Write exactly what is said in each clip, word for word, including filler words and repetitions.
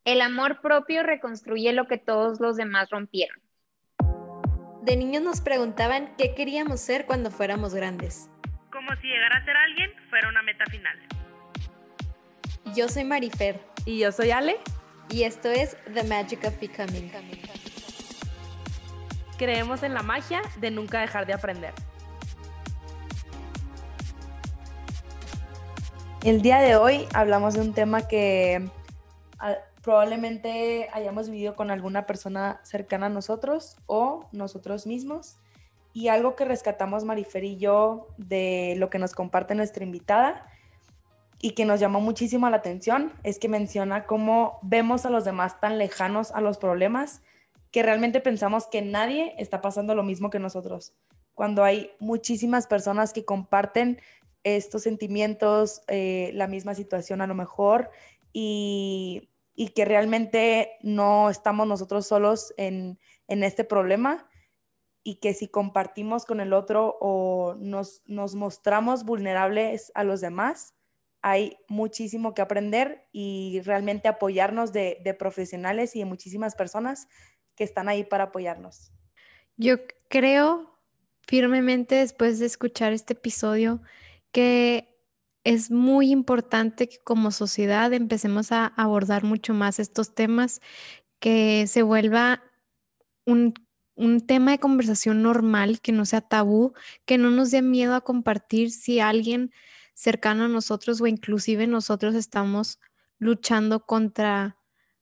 El amor propio reconstruye lo que todos los demás rompieron. De niños nos preguntaban qué queríamos ser cuando fuéramos grandes. Como si llegar a ser alguien fuera una meta final. Yo soy Marifer. Y yo soy Ale. Y esto es The Magic of Becoming. Creemos en la magia de nunca dejar de aprender. El día de hoy hablamos de un tema que a, probablemente hayamos vivido con alguna persona cercana a nosotros o nosotros mismos, y algo que rescatamos Marifer y yo de lo que nos comparte nuestra invitada y que nos llamó muchísimo la atención es que menciona cómo vemos a los demás tan lejanos a los problemas que realmente pensamos que nadie está pasando lo mismo que nosotros, cuando hay muchísimas personas que comparten estos sentimientos, eh, la misma situación a lo mejor, y, y que realmente no estamos nosotros solos en, en este problema, y que si compartimos con el otro o nos, nos mostramos vulnerables a los demás, hay muchísimo que aprender y realmente apoyarnos de, de profesionales y de muchísimas personas que están ahí para apoyarnos. Yo creo firmemente, después de escuchar este episodio, que es muy importante que como sociedad empecemos a abordar mucho más estos temas, que se vuelva un, un tema de conversación normal, que no sea tabú, que no nos dé miedo a compartir si alguien cercano a nosotros o inclusive nosotros estamos luchando contra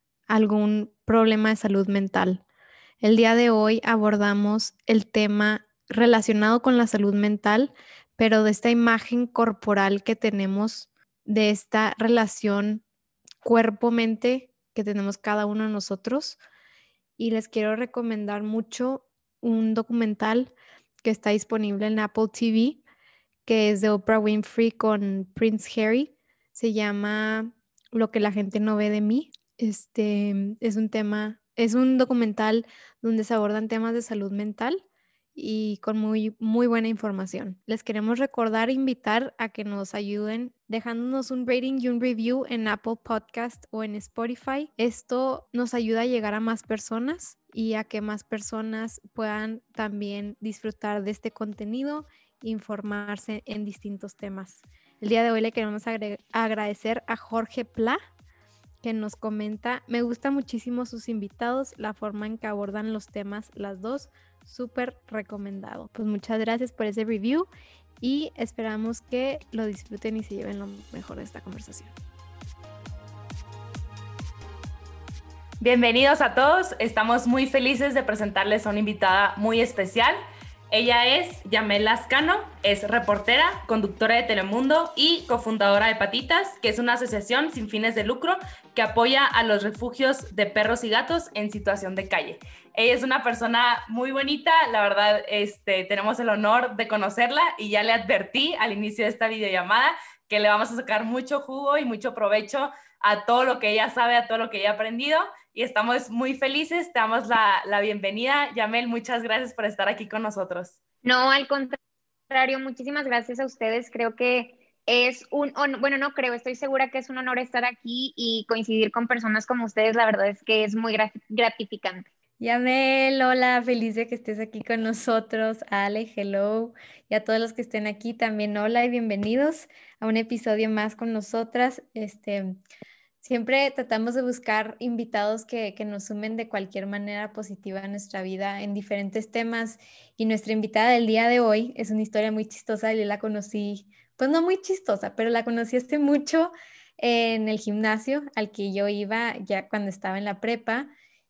algún problema de salud mental. El día de hoy abordamos el tema relacionado con la salud mental, pero de esta imagen corporal que tenemos, de esta relación cuerpo-mente que tenemos cada uno de nosotros. Y les quiero recomendar mucho un documental que está disponible en Apple T V, que es de Oprah Winfrey con Prince Harry. Se llama Lo que la gente no ve de mí. Este es un tema, es un documental donde se abordan temas de salud mental y con muy, muy buena información. Les queremos recordar e invitar a que nos ayuden dejándonos un rating y un review en Apple Podcast o en Spotify. Esto nos ayuda a llegar a más personas y a que más personas puedan también disfrutar de este contenido e informarse en distintos temas. El día de hoy le queremos agre- agradecer a Jorge Pla, que nos comenta, me gusta muchísimo sus invitados, la forma en que abordan los temas, las dos, súper recomendado. Pues muchas gracias por ese review y esperamos que lo disfruten y se lleven lo mejor de esta conversación. Bienvenidos a todos, estamos muy felices de presentarles a una invitada muy especial. Ella es Yamel Lascano, es reportera, conductora de Telemundo y cofundadora de Patitas, que es una asociación sin fines de lucro que apoya a los refugios de perros y gatos en situación de calle. Ella es una persona muy bonita, la verdad, este, tenemos el honor de conocerla y ya le advertí al inicio de esta videollamada que le vamos a sacar mucho jugo y mucho provecho a todo lo que ella sabe, a todo lo que ella ha aprendido, y estamos muy felices. Te damos la, la bienvenida. Yamel, muchas gracias por estar aquí con nosotros. No, al contrario, muchísimas gracias a ustedes. Creo que es un, hon- bueno, no creo, estoy segura que es un honor estar aquí y coincidir con personas como ustedes. La verdad es que es muy grat- gratificante. Yamel, hola, feliz de que estés aquí con nosotros. Ale, hello. Y a todos los que estén aquí también, hola y bienvenidos a un episodio más con nosotras. Este, siempre tratamos de buscar invitados que, que nos sumen de cualquier manera positiva a nuestra vida en diferentes temas. Y nuestra invitada del día de hoy es una historia muy chistosa. Yo la conocí, pues no muy chistosa, pero la conocí hace mucho en el gimnasio al que yo iba ya cuando estaba en la prepa.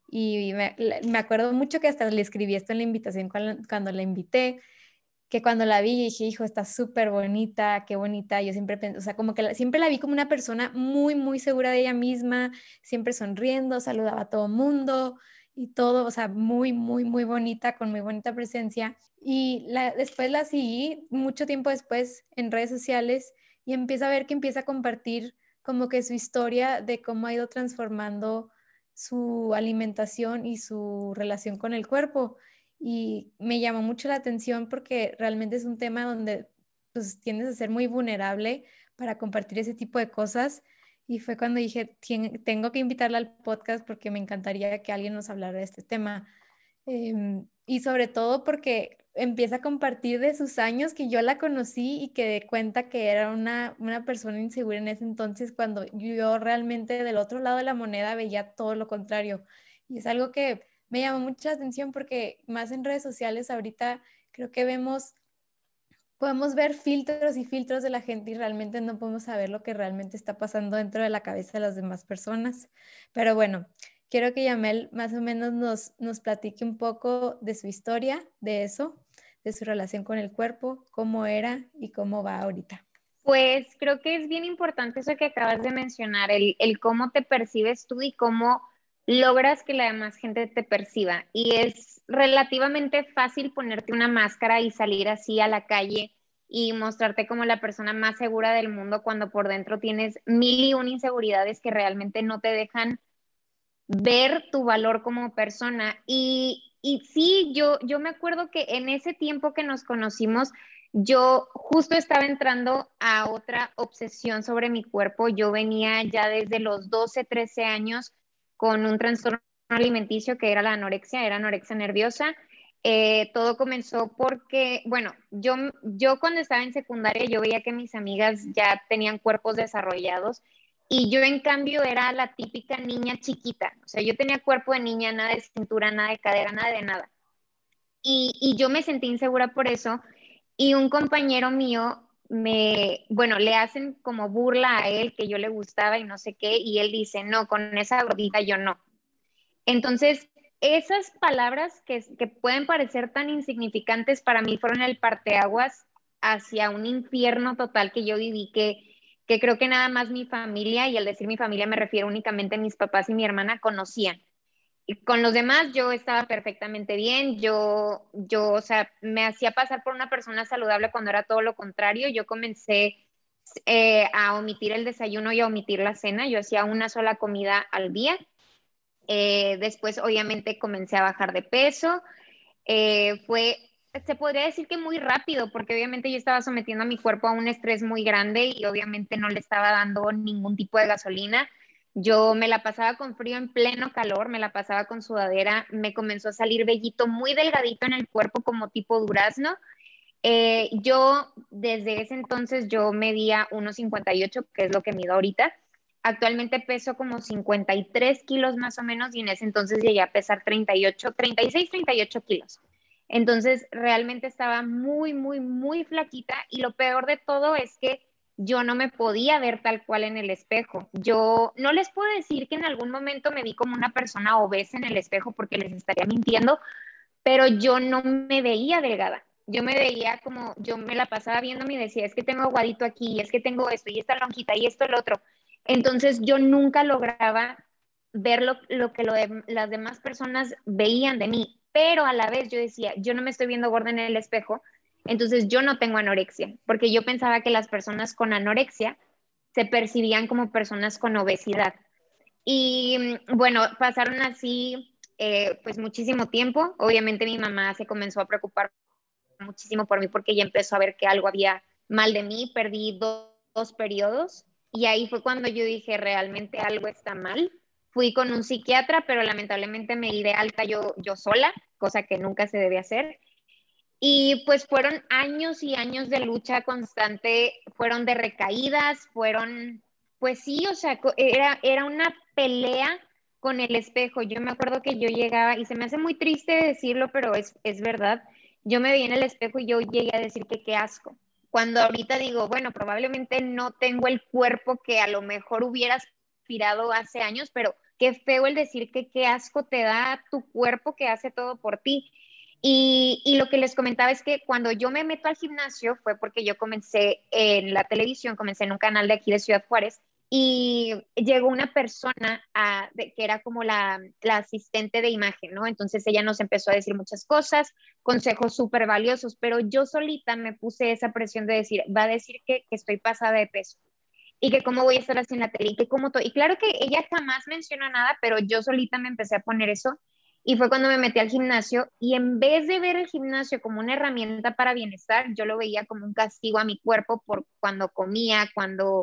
Y me, me acuerdo mucho que hasta le escribí esto en la invitación cuando, cuando la invité, que cuando la vi dije, hijo, está súper bonita, qué bonita. Yo siempre pensé, o sea, como que la, siempre la vi como una persona muy, muy segura de ella misma, siempre sonriendo, saludaba a todo mundo y todo, o sea, muy, muy, muy bonita, con muy bonita presencia. Y la, después la seguí mucho tiempo después en redes sociales y empiezo a ver que empieza a compartir como que su historia de cómo ha ido transformando su alimentación y su relación con el cuerpo. Y me llamó mucho la atención porque realmente es un tema donde pues tiendes a ser muy vulnerable para compartir ese tipo de cosas Y fue cuando dije, "Tien- tengo que invitarla al podcast porque me encantaría que alguien nos hablara de este tema. Em, y sobre todo porque empieza a compartir de sus años que yo la conocí y que de cuenta que era una, una persona insegura en ese entonces cuando yo realmente del otro lado de la moneda veía todo lo contrario. Y es algo que me llamó mucha atención porque más en redes sociales ahorita creo que vemos, podemos ver filtros y filtros de la gente y realmente no podemos saber lo que realmente está pasando dentro de la cabeza de las demás personas. Pero bueno, quiero que Yamel más o menos nos, nos platique un poco de su historia, de eso, de su relación con el cuerpo, cómo era y cómo va ahorita. Pues creo que es bien importante eso que acabas de mencionar, el, el cómo te percibes tú y cómo logras que la demás gente te perciba. Y es relativamente fácil ponerte una máscara y salir así a la calle y mostrarte como la persona más segura del mundo cuando por dentro tienes mil y una inseguridades que realmente no te dejan ver tu valor como persona. Y, y sí, yo, yo me acuerdo que en ese tiempo que nos conocimos, yo justo estaba entrando a otra obsesión sobre mi cuerpo. Yo venía ya desde los doce trece años con un trastorno alimenticio que era la anorexia, era anorexia nerviosa. Eh, todo comenzó porque, bueno, yo, yo cuando estaba en secundaria yo veía que mis amigas ya tenían cuerpos desarrollados y yo en cambio era la típica niña chiquita, o sea, yo tenía cuerpo de niña, nada de cintura, nada de cadera, nada de nada. Y, y yo me sentí insegura por eso y un compañero mío me, bueno, le hacen como burla a él que yo le gustaba y no sé qué, y él dice, no, con esa gordita yo no. Entonces, esas palabras que, que pueden parecer tan insignificantes para mí fueron el parteaguas hacia un infierno total que yo viví, que, que creo que nada más mi familia, y al decir mi familia me refiero únicamente a mis papás y mi hermana, conocían. Y con los demás yo estaba perfectamente bien, yo, yo, o sea, me hacía pasar por una persona saludable cuando era todo lo contrario. Yo comencé eh, a omitir el desayuno y a omitir la cena, yo hacía una sola comida al día. Eh, después, obviamente, comencé a bajar de peso. Eh, fue, se podría decir que muy rápido, porque obviamente yo estaba sometiendo a mi cuerpo a un estrés muy grande y obviamente no le estaba dando ningún tipo de gasolina. Yo me la pasaba con frío en pleno calor, me la pasaba con sudadera, me comenzó a salir vellito muy delgadito en el cuerpo como tipo durazno. Eh, yo desde ese entonces yo medía uno cincuenta y ocho, que es lo que mido ahorita. Actualmente peso como cincuenta y tres kilos más o menos y en ese entonces llegué a pesar treinta y ocho, treinta y seis, treinta y ocho kilos. Entonces realmente estaba muy, muy, muy flaquita y lo peor de todo es que yo no me podía ver tal cual en el espejo. Yo no les puedo decir que en algún momento me vi como una persona obesa en el espejo porque les estaría mintiendo, pero yo no me veía delgada. Yo me veía como, yo me la pasaba viéndome y decía, es que tengo aguadito aquí, es que tengo esto y esta lonjita y esto, el otro. Entonces yo nunca lograba ver lo, lo que lo de, las demás personas veían de mí, pero a la vez yo decía, yo no me estoy viendo gorda en el espejo, entonces yo no tengo anorexia, porque yo pensaba que las personas con anorexia se percibían como personas con obesidad. Y bueno, pasaron así eh, pues muchísimo tiempo. Obviamente mi mamá se comenzó a preocupar muchísimo por mí porque ella empezó a ver que algo había mal de mí. Perdí dos, dos periodos y ahí fue cuando yo dije, realmente algo está mal. Fui con un psiquiatra, pero lamentablemente me di de alta yo, yo sola, cosa que nunca se debe hacer. Y pues fueron años y años de lucha constante, fueron de recaídas, fueron, pues sí, o sea, era, era una pelea con el espejo. Yo me acuerdo que yo llegaba, y se me hace muy triste decirlo, pero es, es verdad, yo me veía en el espejo y yo llegué a decir que qué asco. Cuando ahorita digo, bueno, probablemente no tengo el cuerpo que a lo mejor hubiera aspirado hace años, pero qué feo el decir que qué asco te da tu cuerpo que hace todo por ti. Y, y, lo que les comentaba es que cuando yo me meto al gimnasio fue porque yo comencé en la televisión, comencé en un canal de aquí de Ciudad Juárez y llegó una persona a, de, que era como la, la, asistente de imagen, ¿no? Entonces ella nos empezó a decir muchas cosas, consejos súper valiosos, pero yo solita me puse esa presión de decir, va a decir que, que estoy pasada de peso y que cómo voy a estar así en la tele y que cómo todo. Y claro que ella jamás mencionó nada, pero yo solita me empecé a poner eso y fue cuando me metí al gimnasio y en vez de ver el gimnasio como una herramienta para bienestar, yo lo veía como un castigo a mi cuerpo por cuando comía, cuando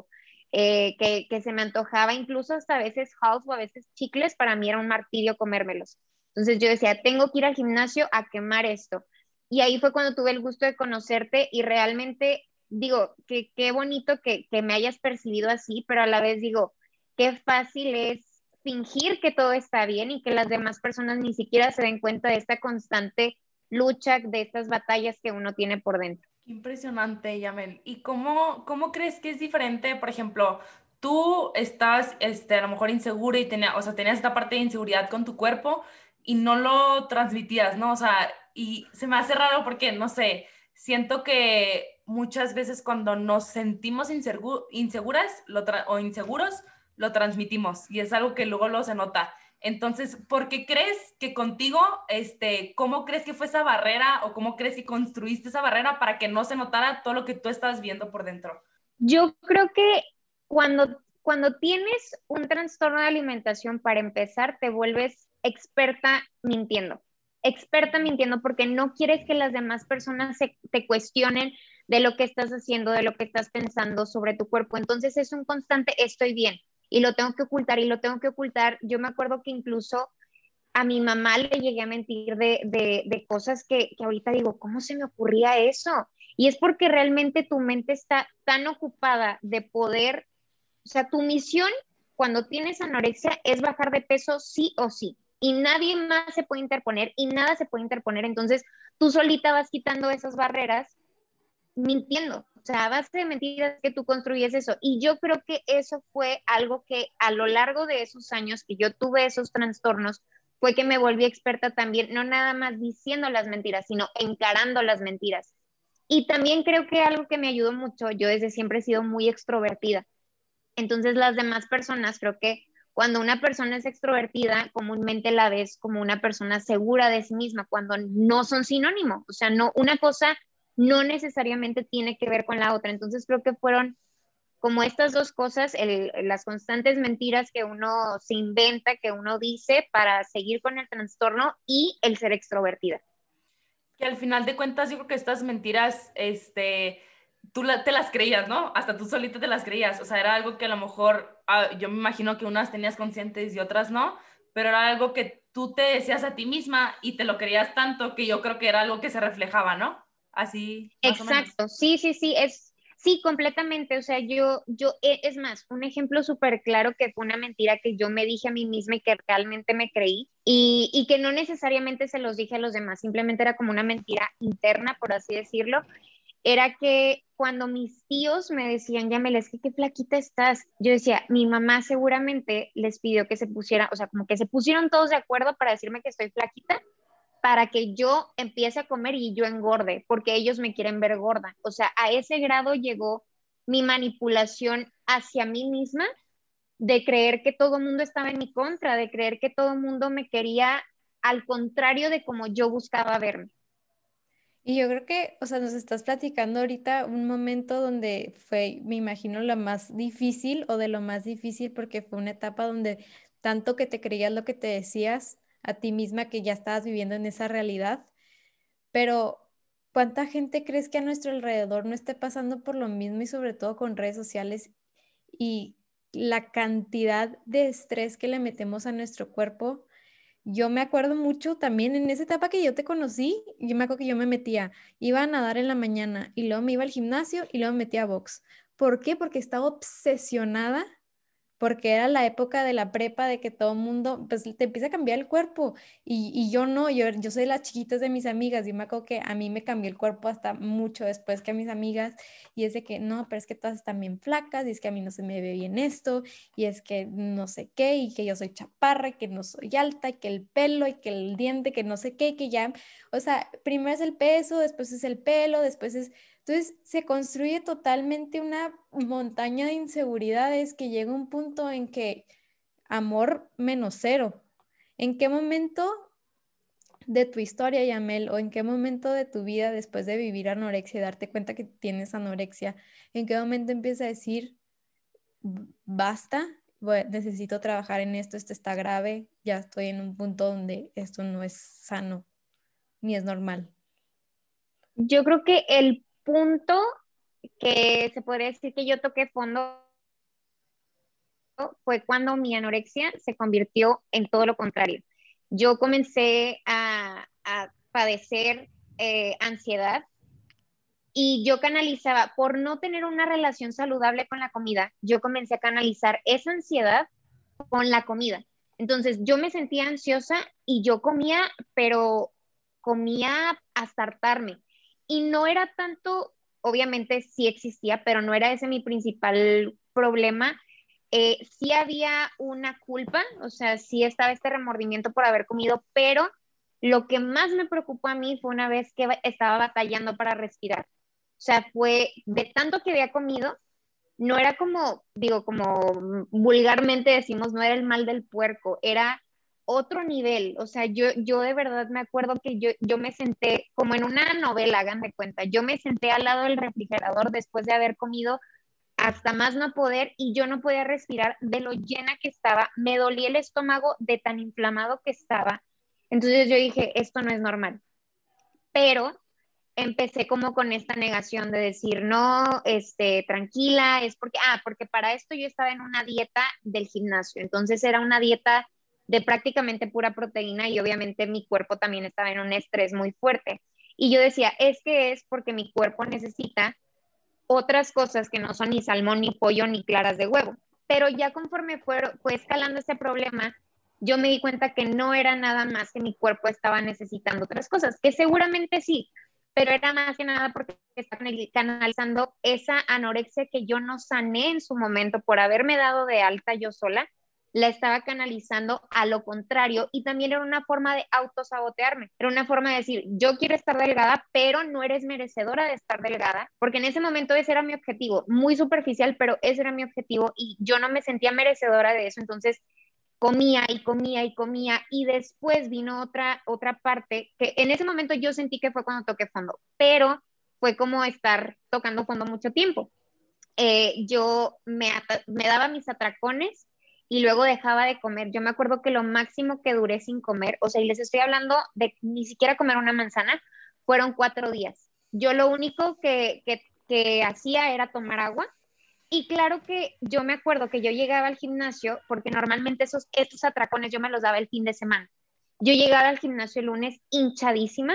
eh, que, que se me antojaba, incluso hasta a veces house o a veces chicles, para mí era un martirio comérmelos. Entonces yo decía, tengo que ir al gimnasio a quemar esto. Y ahí fue cuando tuve el gusto de conocerte y realmente digo, que qué bonito que, que me hayas percibido así, pero a la vez digo, qué fácil es fingir que todo está bien y que las demás personas ni siquiera se den cuenta de esta constante lucha, de estas batallas que uno tiene por dentro. Qué impresionante, Yamel. ¿Y cómo, cómo crees que es diferente? Por ejemplo, tú estás este, a lo mejor insegura y tenía, o sea, tenías esta parte de inseguridad con tu cuerpo y no lo transmitías, ¿no? O sea, y se me hace raro porque, no sé, siento que muchas veces cuando nos sentimos insegu- inseguras lo tra- o inseguros, lo transmitimos y es algo que luego lo se nota. Entonces, ¿por qué crees que contigo, este, cómo crees que fue esa barrera o cómo crees que construiste esa barrera para que no se notara todo lo que tú estás viendo por dentro? Yo creo que cuando, cuando tienes un trastorno de alimentación, para empezar, te vuelves experta mintiendo. Experta mintiendo porque no quieres que las demás personas se, te cuestionen de lo que estás haciendo, de lo que estás pensando sobre tu cuerpo. Entonces es un constante, estoy bien, y lo tengo que ocultar, y lo tengo que ocultar. Yo me acuerdo que incluso a mi mamá le llegué a mentir de, de, de cosas que, que ahorita digo, ¿cómo se me ocurría eso? Y es porque realmente tu mente está tan ocupada de poder, o sea, tu misión cuando tienes anorexia es bajar de peso sí o sí. Y nadie más se puede interponer y nada se puede interponer. Entonces, tú solita vas quitando esas barreras mintiendo. O sea, a base de mentiras que tú construyes eso. Y yo creo que eso fue algo que a lo largo de esos años que yo tuve esos trastornos, fue que me volví experta también, no nada más diciendo las mentiras, sino encarando las mentiras. Y también creo que algo que me ayudó mucho, yo desde siempre he sido muy extrovertida. Entonces las demás personas, creo que cuando una persona es extrovertida, comúnmente la ves como una persona segura de sí misma, cuando no son sinónimo. O sea, no, una cosa no necesariamente tiene que ver con la otra. Entonces creo que fueron como estas dos cosas, el, las constantes mentiras que uno se inventa, que uno dice para seguir con el trastorno y el ser extrovertida. Que al final de cuentas yo creo que estas mentiras, este, tú la- te las creías, ¿no? Hasta tú solita te las creías. O sea, era algo que a lo mejor, ah, yo me imagino que unas tenías conscientes y otras no, pero era algo que tú te decías a ti misma y te lo creías tanto que yo creo que era algo que se reflejaba, ¿no? Así, más o menos. Exacto, sí, sí, sí, es, sí, completamente. O sea, yo, yo, e- es más, un ejemplo súper claro que fue una mentira que yo me dije a mí misma y que realmente me creí y, y que no necesariamente se los dije a los demás, simplemente era como una mentira interna, por así decirlo. Era que cuando mis tíos me decían, Yamela, es que qué flaquita estás, yo decía, mi mamá seguramente les pidió que se pusiera, o sea, como que se pusieron todos de acuerdo para decirme que estoy flaquita, para que yo empiece a comer y yo engorde, porque ellos me quieren ver gorda. O sea, a ese grado llegó mi manipulación hacia mí misma, de creer que todo el mundo estaba en mi contra, de creer que todo el mundo me quería al contrario de como yo buscaba verme. Y yo creo que, o sea, nos estás platicando ahorita un momento donde fue, me imagino, lo más difícil o de lo más difícil porque fue una etapa donde tanto que te creías lo que te decías a ti misma que ya estabas viviendo en esa realidad, pero ¿cuánta gente crees que a nuestro alrededor no esté pasando por lo mismo y sobre todo con redes sociales y la cantidad de estrés que le metemos a nuestro cuerpo? Yo me acuerdo mucho también en esa etapa que yo te conocí, yo me acuerdo que yo me metía, iba a nadar en la mañana y luego me iba al gimnasio y luego me metía a box. ¿Por qué? Porque estaba obsesionada, porque era la época de la prepa de que todo el mundo, pues te empieza a cambiar el cuerpo y, y yo no, yo, yo soy las chiquitas de mis amigas, yo me acuerdo que a mí me cambió el cuerpo hasta mucho después que a mis amigas y es de que no, pero es que todas están bien flacas y es que a mí no se me ve bien esto y es que no sé qué y que yo soy chaparra y que no soy alta y que el pelo y que el diente, que no sé qué, que ya, o sea, primero es el peso, después es el pelo, después es... Entonces se construye totalmente una montaña de inseguridades que llega un punto en que amor menos cero. ¿En qué momento de tu historia, Yamel, o en qué momento de tu vida después de vivir anorexia y darte cuenta que tienes anorexia, en qué momento empiezas a decir, basta, voy- necesito trabajar en esto, esto está grave, ya estoy en un punto donde esto no es sano ni es normal? Yo creo que el punto que se podría decir que yo toqué fondo fue cuando mi anorexia se convirtió en todo lo contrario. Yo comencé a, a padecer eh, ansiedad y yo canalizaba, por no tener una relación saludable con la comida, yo comencé a canalizar esa ansiedad con la comida. Entonces yo me sentía ansiosa y yo comía, pero comía hasta hartarme. Y no era tanto, obviamente sí existía, pero no era ese mi principal problema. Eh, sí había una culpa, o sea, sí estaba este remordimiento por haber comido, pero lo que más me preocupó a mí fue una vez que estaba batallando para respirar. O sea, fue de tanto que había comido, no era como, digo, como vulgarmente decimos, no era el mal del puerco, era otro nivel. O sea, yo, yo de verdad me acuerdo que yo, yo me senté como en una novela, hagan de cuenta, yo me senté al lado del refrigerador después de haber comido hasta más no poder y yo no podía respirar de lo llena que estaba, me dolía el estómago de tan inflamado que estaba. Entonces yo dije, esto no es normal. Pero empecé como con esta negación de decir, no, este, tranquila, es porque, ah, porque para esto yo estaba en una dieta del gimnasio, entonces era una dieta de prácticamente pura proteína y obviamente mi cuerpo también estaba en un estrés muy fuerte. Y yo decía, es que es porque mi cuerpo necesita otras cosas que no son ni salmón, ni pollo, ni claras de huevo. Pero ya conforme fue, fue escalando este problema, yo me di cuenta que no era nada más que mi cuerpo estaba necesitando otras cosas, que seguramente sí, pero era más que nada porque estaba canalizando esa anorexia que yo no sané en su momento por haberme dado de alta yo sola, la estaba canalizando a lo contrario y también era una forma de autosabotearme, era una forma de decir, yo quiero estar delgada, pero no eres merecedora de estar delgada, porque en ese momento ese era mi objetivo, muy superficial, pero ese era mi objetivo y yo no me sentía merecedora de eso, entonces comía y comía y comía y después vino otra, otra parte que en ese momento yo sentí que fue cuando toqué fondo, pero fue como estar tocando fondo mucho tiempo. Eh, yo me, me daba mis atracones y luego dejaba de comer. Yo me acuerdo que lo máximo que duré sin comer, o sea, y les estoy hablando de ni siquiera comer una manzana, fueron cuatro días. Yo lo único que, que, que hacía era tomar agua. Y claro que yo me acuerdo que yo llegaba al gimnasio, porque normalmente esos, estos atracones yo me los daba el fin de semana. Yo llegaba al gimnasio el lunes hinchadísima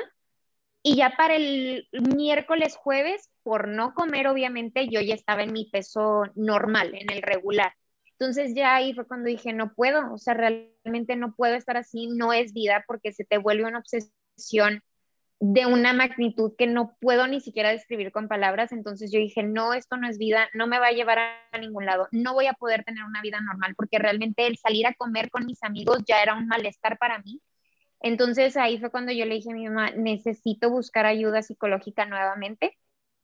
y ya para el miércoles, jueves, por no comer, obviamente, yo ya estaba en mi peso normal, en el regular. Entonces ya ahí fue cuando dije, no puedo, o sea, realmente no puedo estar así, no es vida porque se te vuelve una obsesión de una magnitud que no puedo ni siquiera describir con palabras. Entonces yo dije, no, esto no es vida, no me va a llevar a ningún lado, no voy a poder tener una vida normal porque realmente el salir a comer con mis amigos ya era un malestar para mí. Entonces ahí fue cuando yo le dije a mi mamá, necesito buscar ayuda psicológica nuevamente.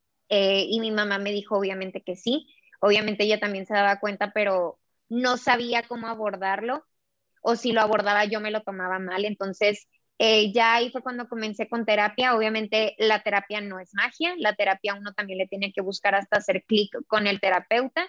Eh, y mi mamá me dijo obviamente que sí, obviamente ella también se daba cuenta, pero no sabía cómo abordarlo o si lo abordaba yo me lo tomaba mal. Entonces eh, ya ahí fue cuando comencé con terapia. Obviamente la terapia no es magia, la terapia uno también le tiene que buscar hasta hacer clic con el terapeuta.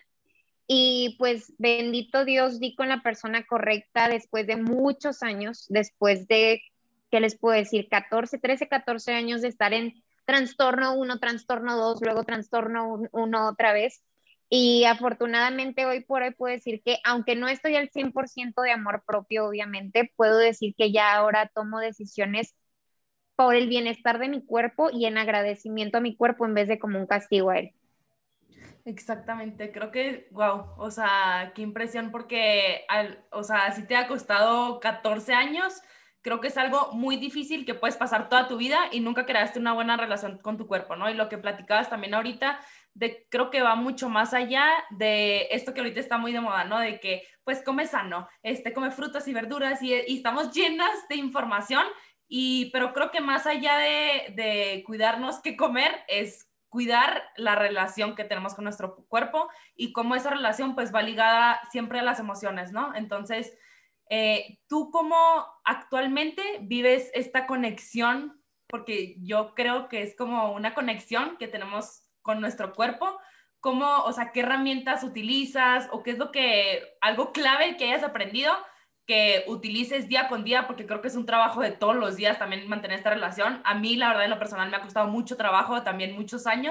Y pues bendito Dios, di con la persona correcta después de muchos años, después de, ¿qué les puedo decir? catorce, trece, catorce años de estar en trastorno uno, trastorno dos, luego trastorno uno otra vez. Y afortunadamente hoy por hoy puedo decir que, aunque no estoy al cien por ciento de amor propio, obviamente, puedo decir que ya ahora tomo decisiones por el bienestar de mi cuerpo y en agradecimiento a mi cuerpo en vez de como un castigo a él. Exactamente, creo que, wow, o sea, qué impresión porque, al, o sea, si te ha costado catorce años, creo que es algo muy difícil que puedes pasar toda tu vida y nunca creaste una buena relación con tu cuerpo, ¿no? Y lo que platicabas también ahorita, de, creo que va mucho más allá de esto que ahorita está muy de moda, ¿no? De que, pues, come sano, este, come frutas y verduras y, y estamos llenas de información, y, pero creo que más allá de, de cuidarnos qué comer es cuidar la relación que tenemos con nuestro cuerpo y cómo esa relación pues va ligada siempre a las emociones, ¿no? Entonces, eh, ¿tú cómo actualmente vives esta conexión? Porque yo creo que es como una conexión que tenemos con nuestro cuerpo. ¿Cómo, o sea, qué herramientas utilizas o qué es lo que, algo clave que hayas aprendido que utilices día con día? Porque creo que es un trabajo de todos los días también mantener esta relación. A mí, la verdad, en lo personal me ha costado mucho trabajo, también muchos años,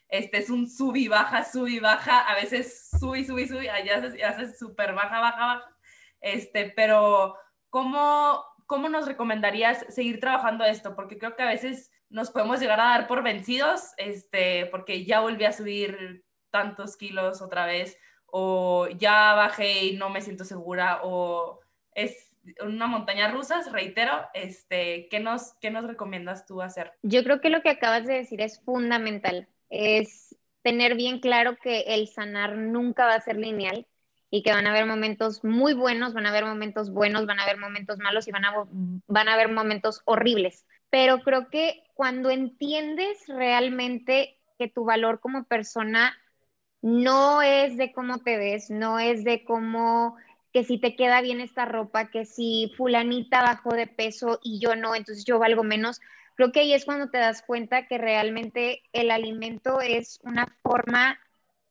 este es un sub y baja, sub y baja, a veces sub y sub y sub, allá haces, haces súper baja, baja, baja, este, pero ¿cómo, ¿cómo nos recomendarías seguir trabajando esto? Porque creo que a veces nos podemos llegar a dar por vencidos, este, porque ya volví a subir tantos kilos otra vez, o ya bajé y no me siento segura, o es una montaña rusa, reitero, este, ¿qué nos, ¿qué nos recomiendas tú hacer? Yo creo que lo que acabas de decir es fundamental, es tener bien claro que el sanar nunca va a ser lineal y que van a haber momentos muy buenos, van a haber momentos buenos, van a haber momentos malos y van a, van a haber momentos horribles. Pero creo que cuando entiendes realmente que tu valor como persona no es de cómo te ves, no es de cómo, que si te queda bien esta ropa, que si fulanita bajó de peso y yo no, entonces yo valgo menos. Creo que ahí es cuando te das cuenta que realmente el alimento es una forma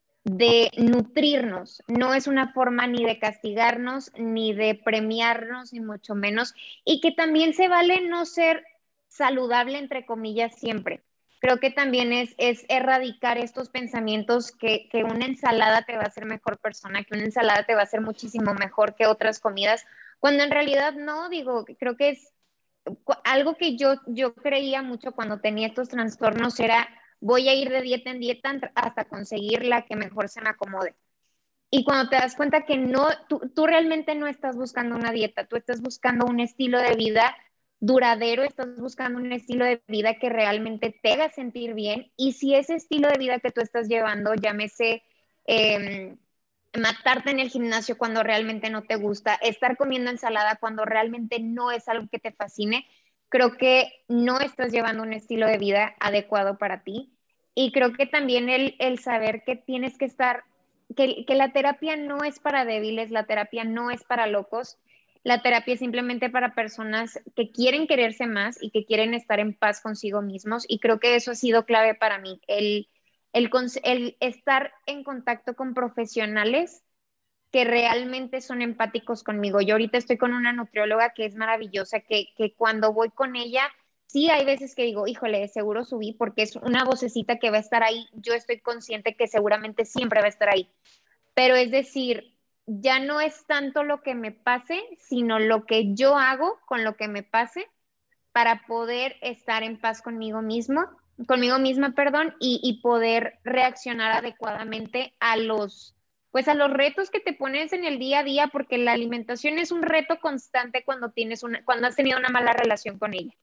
de nutrirnos, no es una forma ni de castigarnos, ni de premiarnos, ni mucho menos, y que también se vale no ser saludable, entre comillas, siempre. Creo que también es, es erradicar estos pensamientos que, que una ensalada te va a hacer mejor persona, que una ensalada te va a hacer muchísimo mejor que otras comidas, cuando en realidad no, digo, creo que es algo que yo, yo creía mucho cuando tenía estos trastornos era voy a ir de dieta en dieta hasta conseguir la que mejor se me acomode. Y cuando te das cuenta que no, tú, tú realmente no estás buscando una dieta, tú estás buscando un estilo de vida duradero, estás buscando un estilo de vida que realmente te haga sentir bien. Y si ese estilo de vida que tú estás llevando, llámese eh, matarte en el gimnasio cuando realmente no te gusta, estar comiendo ensalada cuando realmente no es algo que te fascine, creo que no estás llevando un estilo de vida adecuado para ti. Y creo que también el, el saber que tienes que estar, que, que la terapia no es para débiles, la terapia no es para locos, la terapia es simplemente para personas que quieren quererse más y que quieren estar en paz consigo mismos. Y creo que eso ha sido clave para mí, el, el, el estar en contacto con profesionales que realmente son empáticos conmigo. Yo ahorita estoy con una nutrióloga que es maravillosa, que, que cuando voy con ella, sí hay veces que digo, híjole, seguro subí porque es una vocecita que va a estar ahí. Yo estoy consciente que seguramente siempre va a estar ahí. Pero es decir, ya no es tanto lo que me pase, sino lo que yo hago con lo que me pase para poder estar en paz conmigo mismo, conmigo misma, perdón, y, y poder reaccionar adecuadamente a los pues a los retos que te pones en el día a día, porque la alimentación es un reto constante cuando tienes una, cuando has tenido una mala relación con ella.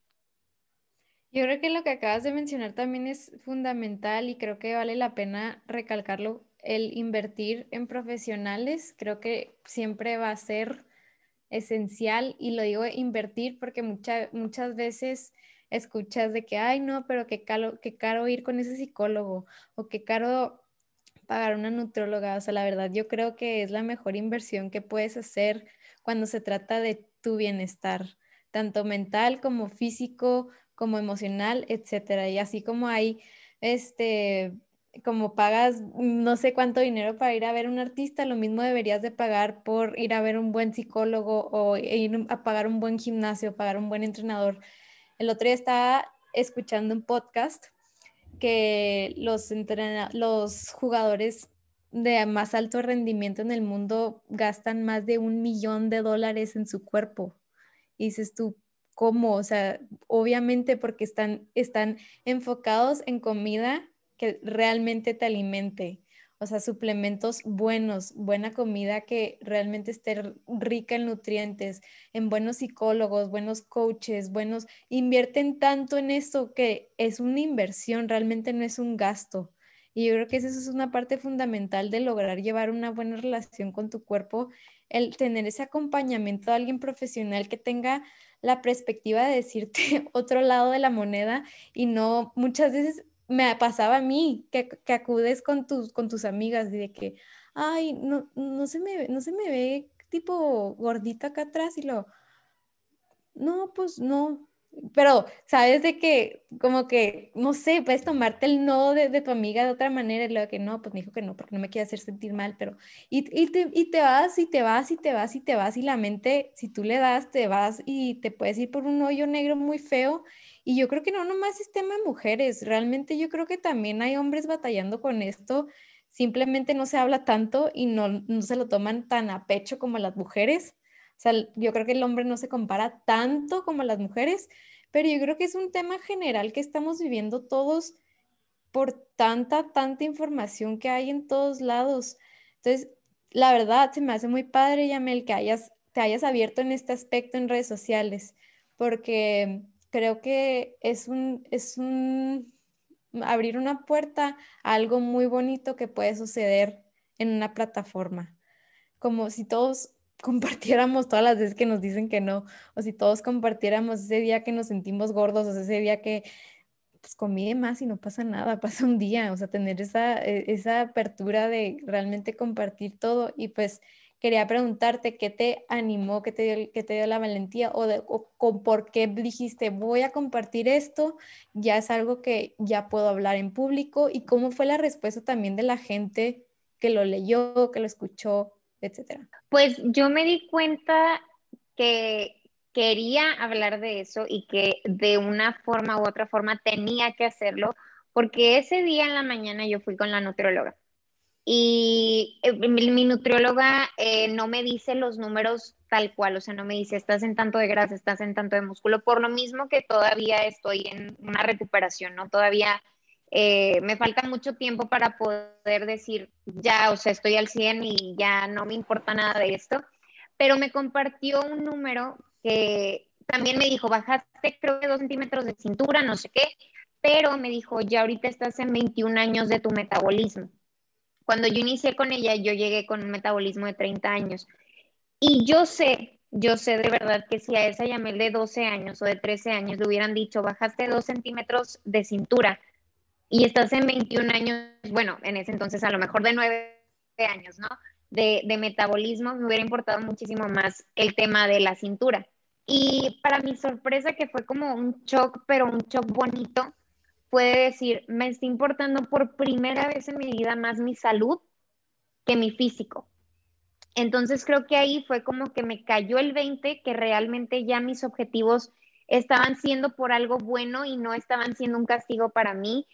Yo creo que lo que acabas de mencionar también es fundamental y creo que vale la pena recalcarlo, el invertir en profesionales, creo que siempre va a ser esencial y lo digo invertir porque mucha, muchas veces escuchas de que, ay no, pero qué caro, qué caro ir con ese psicólogo o qué caro pagar una nutróloga. O sea, la verdad yo creo que es la mejor inversión que puedes hacer cuando se trata de tu bienestar, tanto mental como físico, como emocional, etcétera. Y así como hay, este, como pagas no sé cuánto dinero para ir a ver un artista, lo mismo deberías de pagar por ir a ver un buen psicólogo o ir a pagar un buen gimnasio, pagar un buen entrenador. El otro día estaba escuchando un podcast que los, entrena los jugadores de más alto rendimiento en el mundo gastan más de un millón de dólares en su cuerpo. Y dices tú, ¿cómo? O sea, obviamente porque están, están enfocados en comida que realmente te alimente. O sea, suplementos buenos, buena comida que realmente esté rica en nutrientes, en buenos psicólogos, buenos coaches, buenos, invierten tanto en esto que es una inversión, realmente no es un gasto. Y yo creo que eso es una parte fundamental de lograr llevar una buena relación con tu cuerpo, el tener ese acompañamiento de alguien profesional que tenga la perspectiva de decirte otro lado de la moneda y no muchas veces me pasaba a mí que, que acudes con tus, con tus amigas y de que, ay, no, no se me, no se me ve tipo gordita acá atrás y lo, no, pues no, pero sabes de que, como que, no sé, puedes tomarte el no de, de tu amiga de otra manera, y luego que no, pues me dijo que no, porque no me quiere hacer sentir mal, pero, y, y, te, y te vas, y te vas, y te vas, y te vas, y la mente, si tú le das, te vas, y te puedes ir por un hoyo negro muy feo, y yo creo que no nomás es tema de mujeres, realmente yo creo que también hay hombres batallando con esto, simplemente no se habla tanto, y no, no se lo toman tan a pecho como las mujeres. O sea, yo creo que el hombre no se compara tanto como las mujeres, pero yo creo que es un tema general que estamos viviendo todos por tanta, tanta información que hay en todos lados. Entonces, la verdad, se me hace muy padre, Yamel, que hayas, te hayas abierto en este aspecto en redes sociales, porque creo que es un, es un abrir una puerta a algo muy bonito que puede suceder en una plataforma, como si todos compartiéramos todas las veces que nos dicen que no, o si todos compartiéramos ese día que nos sentimos gordos, o ese día que pues comí de más y no pasa nada, pasa un día, o sea, tener esa, e- esa apertura de realmente compartir todo. Y pues quería preguntarte qué te animó, qué te dio, qué te dio la valentía, o, de, o con por qué dijiste voy a compartir esto, ya es algo que ya puedo hablar en público, y cómo fue la respuesta también de la gente que lo leyó, que lo escuchó, etcétera. Pues yo me di cuenta que quería hablar de eso y que de una forma u otra forma tenía que hacerlo, porque ese día en la mañana yo fui con la nutrióloga y eh, mi, mi nutrióloga eh, no me dice los números tal cual, o sea, no me dice estás en tanto de grasa, estás en tanto de músculo, por lo mismo que todavía estoy en una recuperación, ¿no? Todavía eh, me falta mucho tiempo para poder decir, ya, o sea, estoy al cien y ya no me importa nada de esto, pero me compartió un número que también me dijo, bajaste creo que dos centímetros de cintura, no sé qué, pero me dijo, ya ahorita estás en veintiún años de tu metabolismo. Cuando yo inicié con ella, yo llegué con un metabolismo de treinta años. Y yo sé, yo sé de verdad que si a esa Yamel de doce años o de trece años le hubieran dicho, bajaste dos centímetros de cintura y estás en veintiún años, bueno, en ese entonces a lo mejor de nueve años, ¿no? De, de metabolismo, me hubiera importado muchísimo más el tema de la cintura. Y para mi sorpresa, que fue como un shock, pero un shock bonito, puede decir, me está importando por primera vez en mi vida más mi salud que mi físico. Entonces creo que ahí fue como que me cayó el veinte, que realmente ya mis objetivos estaban siendo por algo bueno y no estaban siendo un castigo para mí.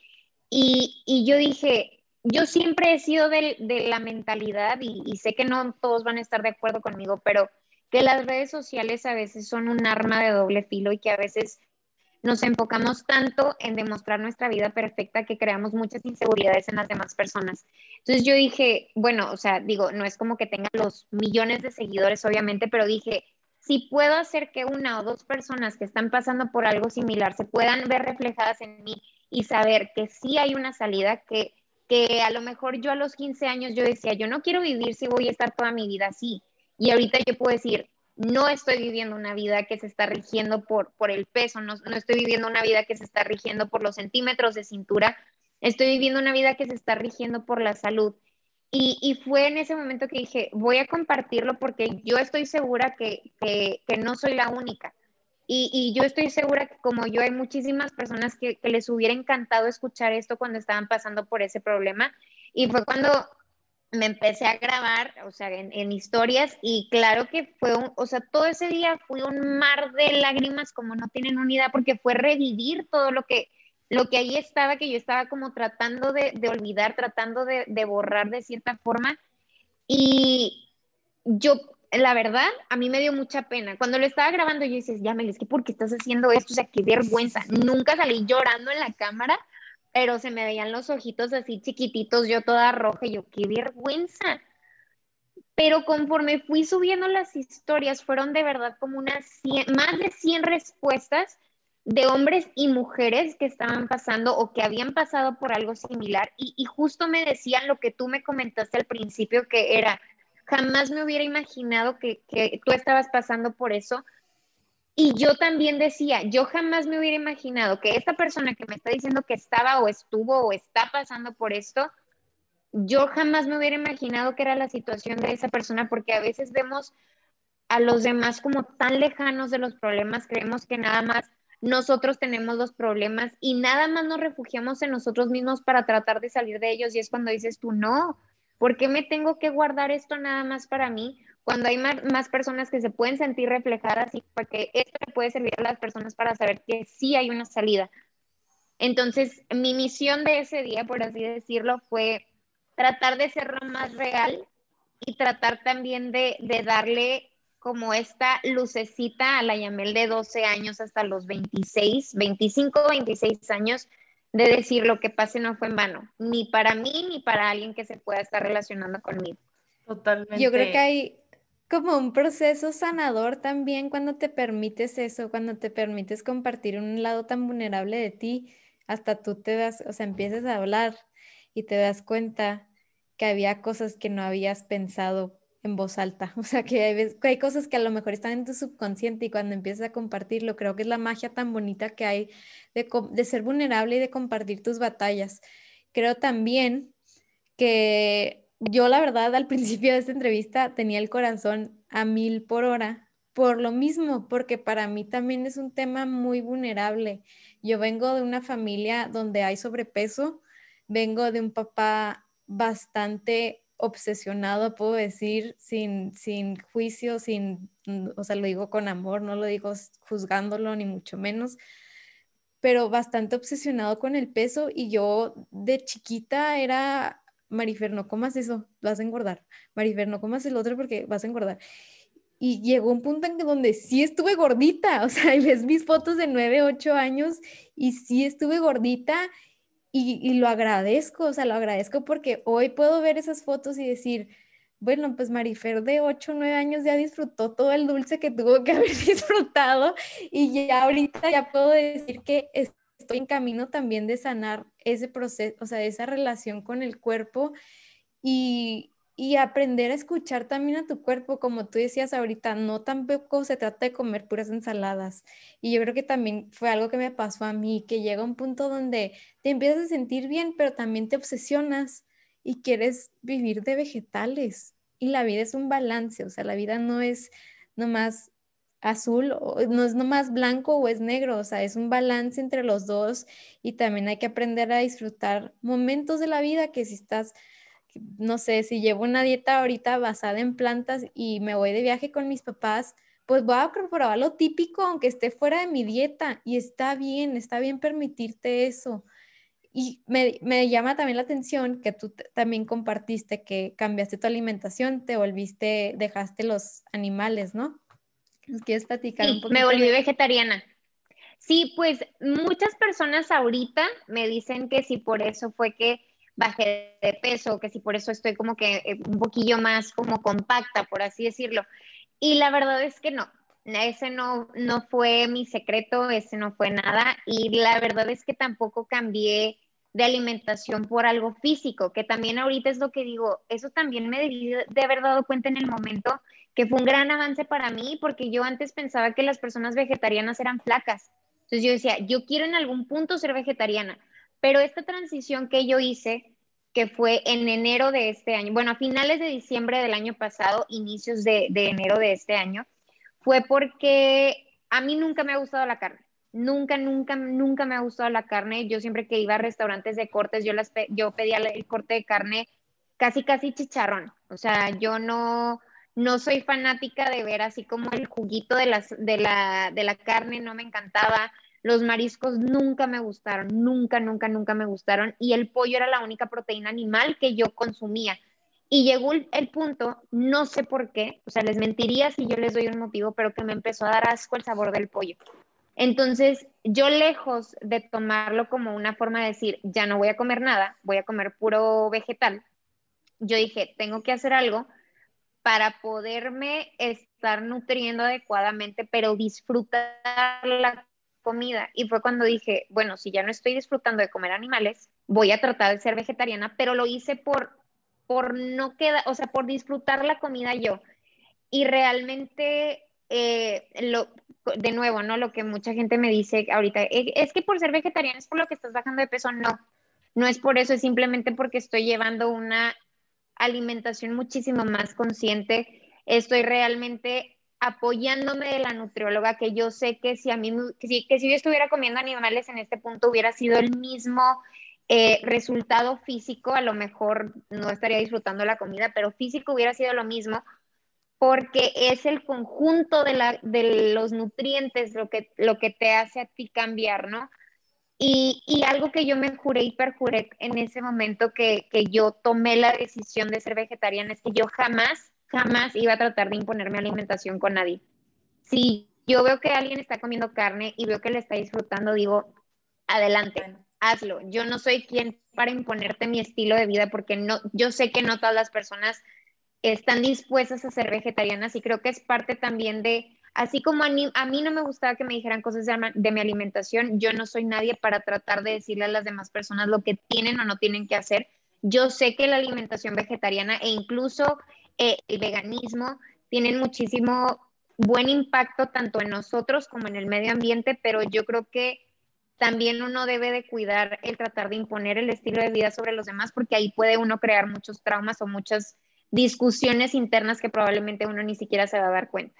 Y, y yo dije, yo siempre he sido de, de la mentalidad y, y sé que no todos van a estar de acuerdo conmigo, pero que las redes sociales a veces son un arma de doble filo y que a veces nos enfocamos tanto en demostrar nuestra vida perfecta que creamos muchas inseguridades en las demás personas. Entonces yo dije, bueno, o sea, digo, no es como que tenga los millones de seguidores, obviamente, pero dije, si puedo hacer que una o dos personas que están pasando por algo similar se puedan ver reflejadas en mí y saber que sí hay una salida, que, que a lo mejor yo a los quince años yo decía, yo no quiero vivir si voy a estar toda mi vida así. Y ahorita yo puedo decir, no estoy viviendo una vida que se está rigiendo por, por el peso, no, no estoy viviendo una vida que se está rigiendo por los centímetros de cintura, estoy viviendo una vida que se está rigiendo por la salud. Y, y fue en ese momento que dije, voy a compartirlo porque yo estoy segura que, que, que no soy la única. Y, y, yo estoy segura que como yo hay muchísimas personas que, que les hubiera encantado escuchar esto cuando estaban pasando por ese problema. Y fue cuando me empecé a grabar, o sea, en, en, historias y claro que fue un, o sea, todo ese día fue un mar de lágrimas como no tienen unidad porque fue revivir todo lo que, lo que ahí estaba, que yo estaba como tratando de, de olvidar, tratando de, de borrar de cierta forma y yo, la verdad, a mí me dio mucha pena. Cuando lo estaba grabando yo decía, ya, Mel, es que ¿por qué estás haciendo esto? O sea, qué vergüenza. Nunca salí llorando en la cámara, pero se me veían los ojitos así chiquititos, yo toda roja, y yo, qué vergüenza. Pero conforme fui subiendo las historias, fueron de verdad como unas cien, más de cien respuestas de hombres y mujeres que estaban pasando o que habían pasado por algo similar. Y, y justo me decían lo que tú me comentaste al principio, que era, jamás me hubiera imaginado que, que tú estabas pasando por eso. Y yo también decía, yo jamás me hubiera imaginado que esta persona que me está diciendo que estaba o estuvo o está pasando por esto, yo jamás me hubiera imaginado que era la situación de esa persona, porque a veces vemos a los demás como tan lejanos de los problemas, creemos que nada más nosotros tenemos los problemas y nada más nos refugiamos en nosotros mismos para tratar de salir de ellos y es cuando dices tú, no, ¿por qué me tengo que guardar esto nada más para mí? Cuando hay más, más personas que se pueden sentir reflejadas y porque esto le puede servir a las personas para saber que sí hay una salida. Entonces, mi misión de ese día, por así decirlo, fue tratar de ser lo más real y tratar también de, de darle como esta lucecita a la Yamel de doce años hasta los veintiséis, veinticinco, veintiséis años, de decir lo que pase no fue en vano, ni para mí ni para alguien que se pueda estar relacionando conmigo. Totalmente. Yo creo que hay como un proceso sanador también cuando te permites eso, cuando te permites compartir un lado tan vulnerable de ti, hasta tú te das, o sea, empiezas a hablar y te das cuenta que había cosas que no habías pensado en voz alta, o sea, que hay, veces- que hay cosas que a lo mejor están en tu subconsciente y cuando empiezas a compartirlo, creo que es la magia tan bonita que hay de, co- de ser vulnerable y de compartir tus batallas. Creo también que yo la verdad al principio de esta entrevista tenía el corazón a mil por hora, por lo mismo, porque para mí también es un tema muy vulnerable. Yo vengo de una familia donde hay sobrepeso, vengo de un papá bastante obsesionado, puedo decir, sin, sin juicio, sin, mm, o sea, lo digo con amor, no lo digo juzgándolo ni mucho menos, pero bastante obsesionado con el peso y yo de chiquita era, Marifer, no comas eso, vas a engordar. Marifer, no comas el otro porque vas a engordar. Y llegó un punto en que donde sí estuve gordita, o sea, y ves mis fotos de nueve, ocho años y sí estuve gordita y, y lo agradezco, o sea, lo agradezco porque hoy puedo ver esas fotos y decir, bueno, pues Marifer de ocho, nueve años ya disfrutó todo el dulce que tuvo que haber disfrutado y ya ahorita ya puedo decir que es- estoy en camino también de sanar ese proceso, o sea, esa relación con el cuerpo y, y aprender a escuchar también a tu cuerpo, como tú decías ahorita, no tampoco se trata de comer puras ensaladas. Y yo creo que también fue algo que me pasó a mí, que llega un punto donde te empiezas a sentir bien, pero también te obsesionas y quieres vivir de vegetales. Y la vida es un balance, o sea, la vida no es nomás azul, o no es nomás blanco o es negro, o sea, es un balance entre los dos y también hay que aprender a disfrutar momentos de la vida que si estás no sé, si llevo una dieta ahorita basada en plantas y me voy de viaje con mis papás, pues voy a probar lo típico, aunque esté fuera de mi dieta. Y está bien, está bien permitirte eso. Y me, me llama también la atención que tú t- también compartiste que cambiaste tu alimentación, te volviste, dejaste los animales, ¿no? ¿Nos quieres platicar un Sí, me poquito volví de... vegetariana. Sí, pues muchas personas ahorita me dicen que si por eso fue que bajé de peso, que si por eso estoy como que eh, un poquillo más como compacta, por así decirlo. Y la verdad es que no, ese no, no fue mi secreto, ese no fue nada. Y la verdad es que tampoco cambié de alimentación por algo físico, que también ahorita es lo que digo, eso también me debí de haber dado cuenta en el momento, que fue un gran avance para mí, porque yo antes pensaba que las personas vegetarianas eran flacas. Entonces yo decía, yo quiero en algún punto ser vegetariana, pero esta transición que yo hice, que fue en enero de este año, bueno, a finales de diciembre del año pasado, inicios de, de enero de este año, fue porque a mí nunca me ha gustado la carne. Nunca, nunca, nunca me ha gustado la carne. Yo siempre que iba a restaurantes de cortes, yo, las, pe- yo pedía el corte de carne casi, casi chicharrón. O sea, yo no, no soy fanática de ver así como el juguito de, las, de, la, de la carne, no me encantaba. Los mariscos nunca me gustaron, nunca, nunca, nunca me gustaron. Y el pollo era la única proteína animal que yo consumía. Y llegó el, el punto, no sé por qué, o sea, les mentiría si yo les doy un motivo, pero que me empezó a dar asco el sabor del pollo. Entonces, yo lejos de tomarlo como una forma de decir, ya no voy a comer nada, voy a comer puro vegetal, yo dije, tengo que hacer algo para poderme estar nutriendo adecuadamente, pero disfrutar la comida. Y fue cuando dije, bueno, si ya no estoy disfrutando de comer animales, voy a tratar de ser vegetariana, pero lo hice por, por no quedar, o sea, por disfrutar la comida yo. Y realmente, eh, lo, de nuevo, ¿no? Lo que mucha gente me dice ahorita, "Eh, es que por ser vegetariana es por lo que estás bajando de peso". No, no es por eso, es simplemente porque estoy llevando una alimentación muchísimo más consciente. Estoy realmente apoyándome de la nutrióloga, que yo sé que si a mí, que si, que si yo estuviera comiendo animales en este punto hubiera sido el mismo eh, resultado físico, a lo mejor no estaría disfrutando la comida, pero físico hubiera sido lo mismo, porque es el conjunto de, la, de los nutrientes lo que, lo que te hace a ti cambiar, ¿no? Y, y algo que yo me juré y perjuré en ese momento que, que yo tomé la decisión de ser vegetariana es que yo jamás, jamás iba a tratar de imponer mi alimentación con nadie. Si yo veo que alguien está comiendo carne y veo que le está disfrutando, digo, adelante, Bueno, hazlo. Yo no soy quien para imponerte mi estilo de vida porque no, yo sé que no todas las personas están dispuestas a ser vegetarianas y creo que es parte también de, así como a, ni- a mí no me gustaba que me dijeran cosas de, ama- de mi alimentación, yo no soy nadie para tratar de decirle a las demás personas lo que tienen o no tienen que hacer. Yo sé que la alimentación vegetariana e incluso eh, el veganismo tienen muchísimo buen impacto tanto en nosotros como en el medio ambiente, pero yo creo que también uno debe de cuidar el tratar de imponer el estilo de vida sobre los demás, porque ahí puede uno crear muchos traumas o muchas discusiones internas que probablemente uno ni siquiera se va a dar cuenta.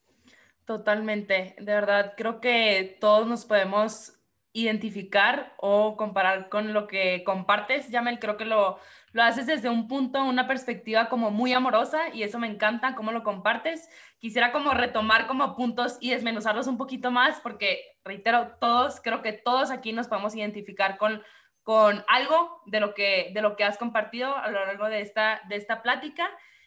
totalmente, de verdad, creo que todos nos podemos identificar o comparar con lo que compartes, Yamel, creo que lo, lo haces desde un punto, una perspectiva como muy amorosa y eso me encanta, cómo lo compartes. Quisiera como retomar como puntos y desmenuzarlos un poquito más porque, reitero, todos, creo que todos aquí nos podemos identificar con, con algo de lo que, de lo que has compartido a lo largo de esta, de esta plática.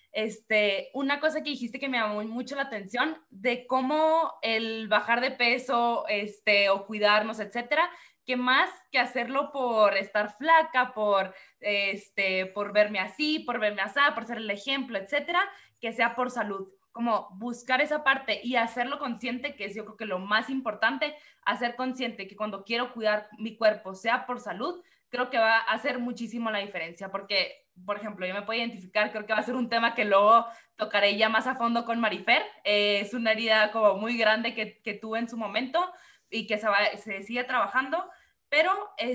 Este, una cosa que dijiste que me llamó mucho la atención de cómo el bajar de peso, este, o cuidarnos, etcétera, que más que hacerlo por estar flaca, por, este, por verme así, por verme así, por ser el ejemplo, etcétera, que sea por salud. Como buscar esa parte y hacerlo consciente, que es yo creo que lo más importante, hacer consciente que cuando quiero cuidar mi cuerpo sea por salud, creo que va a hacer muchísimo la diferencia, porque, por ejemplo, yo me puedo identificar, creo que va a ser un tema que luego tocaré ya más a fondo con Marifer, eh, es una herida como muy grande que, que tuve en su momento y que se, va, se sigue trabajando, pero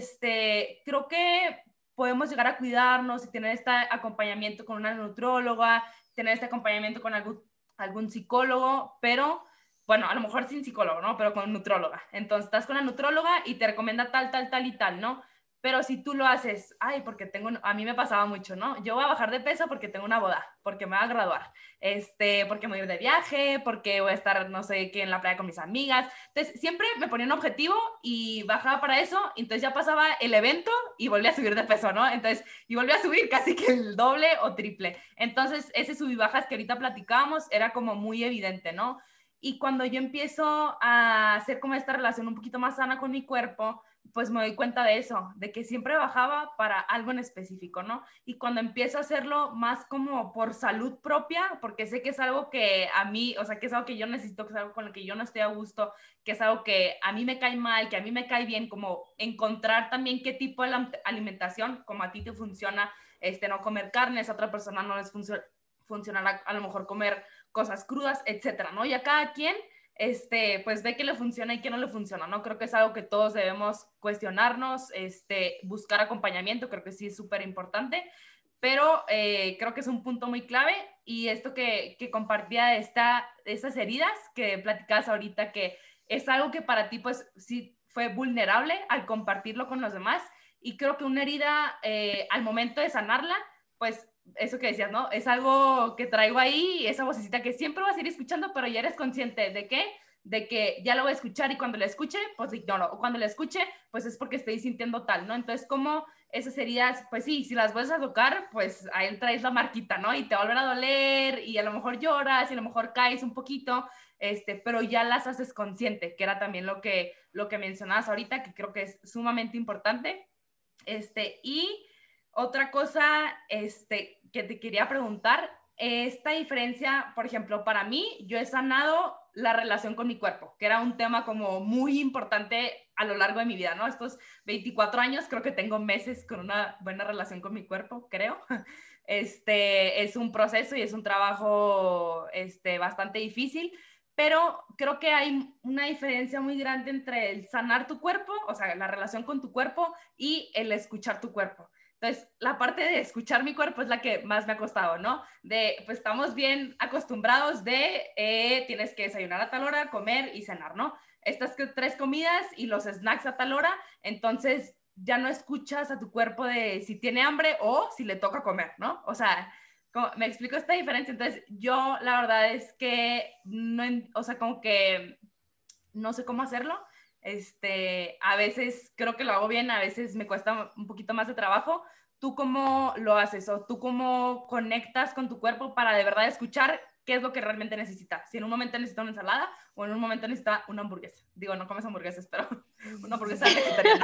este, creo que podemos llegar a cuidarnos y tener este acompañamiento con una nutróloga, tener este acompañamiento con algún, algún psicólogo, pero bueno, a lo mejor sin psicólogo, ¿no? Pero con nutróloga. Entonces, estás con la nutróloga y te recomienda tal, tal, tal y tal, ¿no? Pero si tú lo haces, ay, porque tengo, a mí me pasaba mucho, ¿no? Yo voy a bajar de peso porque tengo una boda, porque me voy a graduar, este, porque me voy a ir de viaje, porque voy a estar, no sé qué, en la playa con mis amigas. Entonces, siempre me ponía un objetivo y bajaba para eso, entonces ya pasaba el evento y volví a subir de peso, ¿no? Entonces, y volví a subir casi que el doble o triple. Entonces, ese sub y bajas que ahorita platicábamos era como muy evidente, ¿no? Y cuando yo empiezo a hacer como esta relación un poquito más sana con mi cuerpo, pues me doy cuenta de eso, de que siempre bajaba para algo en específico, ¿no? Y cuando empiezo a hacerlo más como por salud propia, porque sé que es algo que a mí, o sea, que es algo que yo necesito, que es algo con lo que yo no estoy a gusto, que es algo que a mí me cae mal, que a mí me cae bien, como encontrar también qué tipo de alimentación, como a ti te funciona, este, no comer carnes, a otra persona no les funciona, funcionará a lo mejor comer cosas crudas, etcétera, ¿no? Y a cada quien este, pues ve que le funciona y que no le funciona, ¿no? Creo que es algo que todos debemos cuestionarnos, este, buscar acompañamiento, creo que sí es súper importante, pero eh, creo que es un punto muy clave y esto que, que compartía de, esta, de estas heridas que platicabas ahorita, que es algo que para ti, pues sí fue vulnerable al compartirlo con los demás y creo que una herida, eh, al momento de sanarla, pues eso que decías, ¿no? Es algo que traigo ahí, esa vocecita que siempre vas a ir escuchando, pero ya eres consciente de qué, de que ya lo voy a escuchar y cuando lo escuche, pues lo ignoro, o cuando lo escuche, pues es porque estoy sintiendo tal, ¿no? Entonces, como esas heridas, pues sí, si las vuelves a tocar, pues ahí traes la marquita, ¿no? Y te va a volver a doler y a lo mejor lloras y a lo mejor caes un poquito, este, pero ya las haces consciente, que era también lo que, lo que mencionabas ahorita, que creo que es sumamente importante. Este, y otra cosa, este, que te quería preguntar, esta diferencia, por ejemplo, para mí, yo he sanado la relación con mi cuerpo, que era un tema como muy importante a lo largo de mi vida, ¿no? Estos veinticuatro años, creo que tengo meses con una buena relación con mi cuerpo, creo. Este, es un proceso y es un trabajo, este, bastante difícil, pero creo que hay una diferencia muy grande entre el sanar tu cuerpo, o sea, la relación con tu cuerpo y el escuchar tu cuerpo. Entonces, la parte de escuchar mi cuerpo es la que más me ha costado, ¿no? De, pues estamos bien acostumbrados de, eh, tienes que desayunar a tal hora, comer y cenar, ¿no? Estas que tres comidas y los snacks a tal hora, entonces ya no escuchas a tu cuerpo de si tiene hambre o si le toca comer, ¿no? O sea, como, me explico esta diferencia. Entonces, yo la verdad es que, no, o sea, como que no sé cómo hacerlo. Este, a veces creo que lo hago bien, a veces me cuesta un poquito más de trabajo. ¿Tú cómo lo haces o tú cómo conectas con tu cuerpo para de verdad escuchar qué es lo que realmente necesita? Si en un momento necesita una ensalada o en un momento necesita una hamburguesa. Digo, no comes hamburguesas, pero una hamburguesa vegetariana.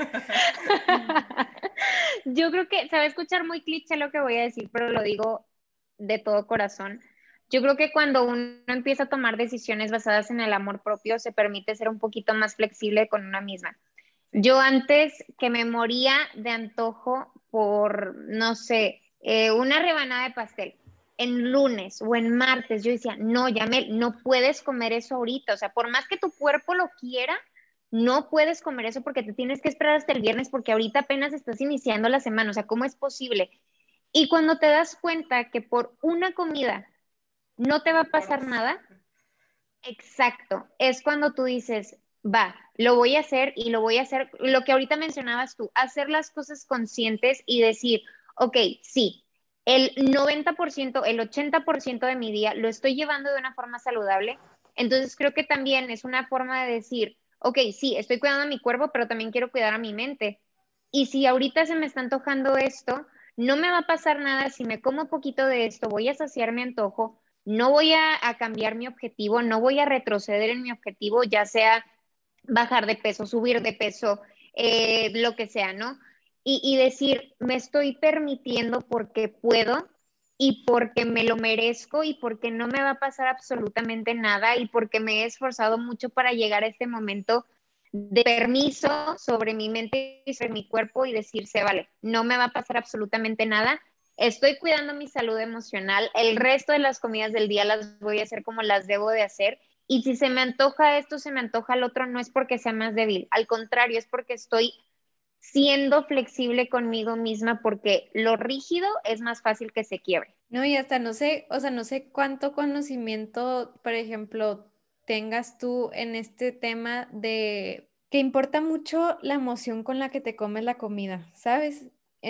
Yo creo que se va a escuchar muy cliché lo que voy a decir, pero lo digo de todo corazón. Yo creo que cuando uno empieza a tomar decisiones basadas en el amor propio, se permite ser un poquito más flexible con una misma. Yo antes que me moría de antojo por, no sé, eh, una rebanada de pastel en lunes o en martes, yo decía, no, Yamel, no puedes comer eso ahorita. O sea, por más que tu cuerpo lo quiera, no puedes comer eso porque te tienes que esperar hasta el viernes porque ahorita apenas estás iniciando la semana. O sea, ¿cómo es posible? Y cuando te das cuenta que por una comida no te va a pasar nada, exacto, es cuando tú dices, va, lo voy a hacer y lo voy a hacer, lo que ahorita mencionabas tú, hacer las cosas conscientes y decir, ok, sí, el noventa por ciento, el ochenta por ciento de mi día lo estoy llevando de una forma saludable, entonces creo que también es una forma de decir, ok, sí, estoy cuidando a mi cuerpo, pero también quiero cuidar a mi mente. Y si ahorita se me está antojando esto, no me va a pasar nada si me como poquito de esto, voy a saciar mi antojo, no voy a, a cambiar mi objetivo, no voy a retroceder en mi objetivo, ya sea bajar de peso, subir de peso, eh, lo que sea, ¿no? Y, y decir, me estoy permitiendo porque puedo y porque me lo merezco y porque no me va a pasar absolutamente nada y porque me he esforzado mucho para llegar a este momento de permiso sobre mi mente y sobre mi cuerpo y decirse, vale, no me va a pasar absolutamente nada, estoy cuidando mi salud emocional, el resto de las comidas del día las voy a hacer como las debo de hacer y si se me antoja esto, se me antoja el otro, no es porque sea más débil, al contrario, es porque estoy siendo flexible conmigo misma porque lo rígido es más fácil que se quiebre. No, y hasta no sé, o sea, no sé cuánto conocimiento, por ejemplo, tengas tú en este tema de que importa mucho la emoción con la que te comes la comida, ¿sabes?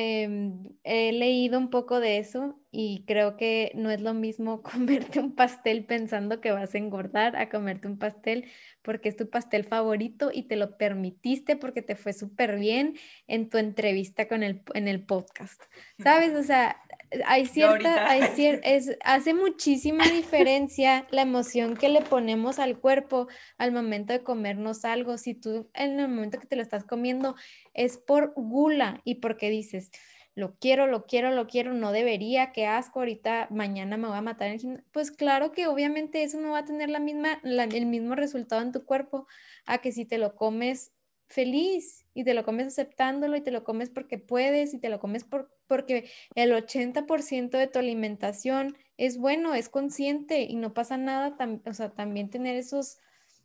Em, he leído un poco de eso y creo que no es lo mismo comerte un pastel pensando que vas a engordar a comerte un pastel porque es tu pastel favorito y te lo permitiste porque te fue súper bien en tu entrevista con el, en el podcast, ¿sabes? O sea, hay Yo cierta, ahorita. hay cier- es, hace muchísima diferencia la emoción que le ponemos al cuerpo al momento de comernos algo. Si tú en el momento que te lo estás comiendo es por gula y porque dices, lo quiero, lo quiero, lo quiero, no debería, qué asco, ahorita mañana me voy a matar en el gimnasio. Pues claro que obviamente eso no va a tener la misma, la- el mismo resultado en tu cuerpo a que si te lo comes feliz y te lo comes aceptándolo y te lo comes porque puedes y te lo comes por, porque el ochenta por ciento de tu alimentación es bueno, es consciente y no pasa nada, tam- o sea, también tener esos,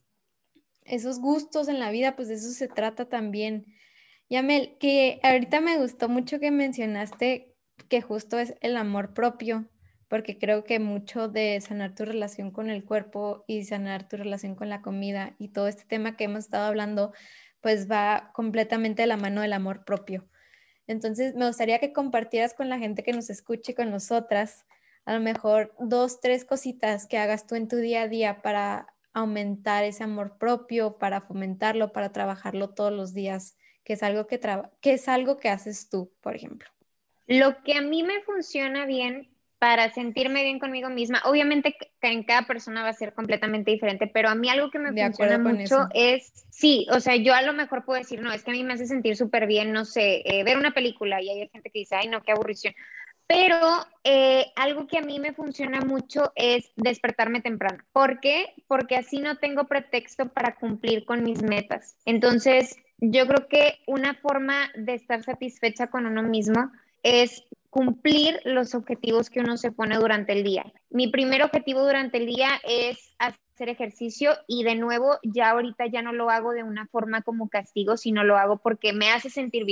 esos gustos en la vida, pues de eso se trata también. Yamel, que ahorita me gustó mucho que mencionaste que justo es el amor propio, porque creo que mucho de sanar tu relación con el cuerpo y sanar tu relación con la comida y todo este tema que hemos estado hablando, pues va completamente de la mano del amor propio. Entonces, me gustaría que compartieras con la gente que nos escuche y con nosotras, a lo mejor dos, tres cositas que hagas tú en tu día a día para aumentar ese amor propio, para fomentarlo, para trabajarlo todos los días, que es algo que, traba- que es algo que haces tú, por ejemplo. Lo que a mí me funciona bien para sentirme bien conmigo misma, obviamente que en cada persona va a ser completamente diferente, pero a mí algo que me De funciona acuerdo con mucho eso. es, sí, o sea, yo a lo mejor puedo decir, no, es que a mí me hace sentir súper bien, no sé, eh, ver una película y hay gente que dice, ay, no, qué aburrición. Pero eh, algo que a mí me funciona mucho es despertarme temprano. ¿Por qué? Porque así no tengo pretexto para cumplir con mis metas. Entonces, yo creo que una forma de estar satisfecha con uno mismo es cumplir los objetivos que uno se pone durante el día. Mi primer objetivo durante el día es hacer ejercicio y de nuevo ya ahorita ya no lo hago de una forma como castigo, sino lo hago porque me hace sentir bien,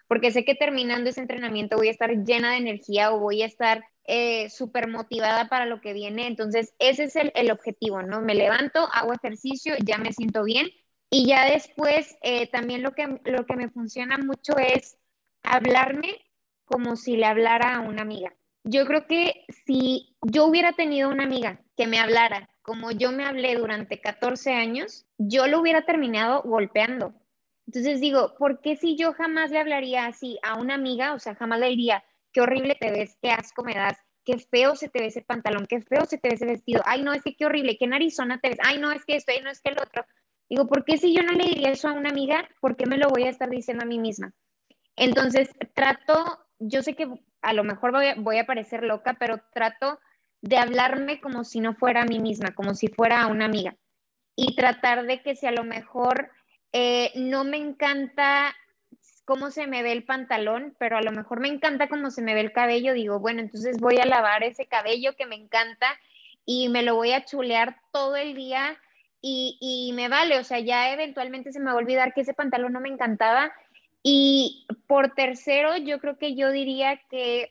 porque sé que terminando ese entrenamiento voy a estar llena de energía o voy a estar eh, súper motivada para lo que viene. Entonces, ese es el, el objetivo, ¿no? Me levanto, hago ejercicio, ya me siento bien y ya después eh, también lo que, lo que me funciona mucho es hablarme como si le hablara a una amiga. Yo creo que si yo hubiera tenido una amiga que me hablara como yo me hablé durante catorce años, yo lo hubiera terminado golpeando. Entonces digo, ¿por qué si yo jamás le hablaría así a una amiga? O sea, jamás le diría, qué horrible te ves, qué asco me das, qué feo se te ve ese pantalón, qué feo se te ve ese vestido, ay no, es que qué horrible, qué narizona te ves, ay no, es que esto, ay no, es que el otro. Digo, ¿por qué si yo no le diría eso a una amiga? ¿Por qué me lo voy a estar diciendo a mí misma? Entonces, trato, yo sé que a lo mejor voy a, voy a parecer loca, pero trato de hablarme como si no fuera a mí misma, como si fuera una amiga. Y tratar de que si a lo mejor eh, no me encanta cómo se me ve el pantalón, pero a lo mejor me encanta cómo se me ve el cabello, digo, bueno, entonces voy a lavar ese cabello que me encanta y me lo voy a chulear todo el día y, y me vale, o sea, ya eventualmente se me va a olvidar que ese pantalón no me encantaba. Y por tercero, yo creo que yo diría que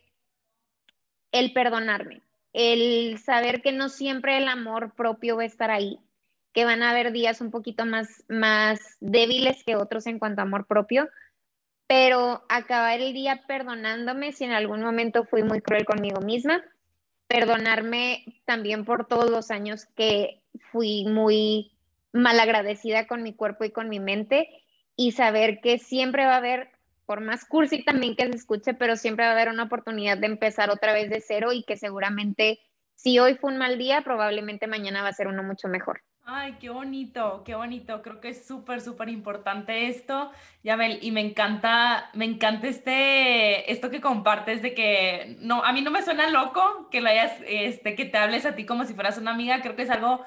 el perdonarme, el saber que no siempre el amor propio va a estar ahí, que van a haber días un poquito más, más débiles que otros en cuanto a amor propio, pero acabar el día perdonándome si en algún momento fui muy cruel conmigo misma, perdonarme también por todos los años que fui muy malagradecida con mi cuerpo y con mi mente y saber que siempre va a haber, por más cursi también que se escuche, pero siempre va a haber una oportunidad de empezar otra vez de cero y que seguramente si hoy fue un mal día, probablemente mañana va a ser uno mucho mejor. Ay, qué bonito, qué bonito. Creo que es súper, súper importante esto, Yamel, y me encanta, me encanta este, esto que compartes de que no, a mí no me suena loco que lo hayas, este, que te hables a ti como si fueras una amiga. Creo que es algo,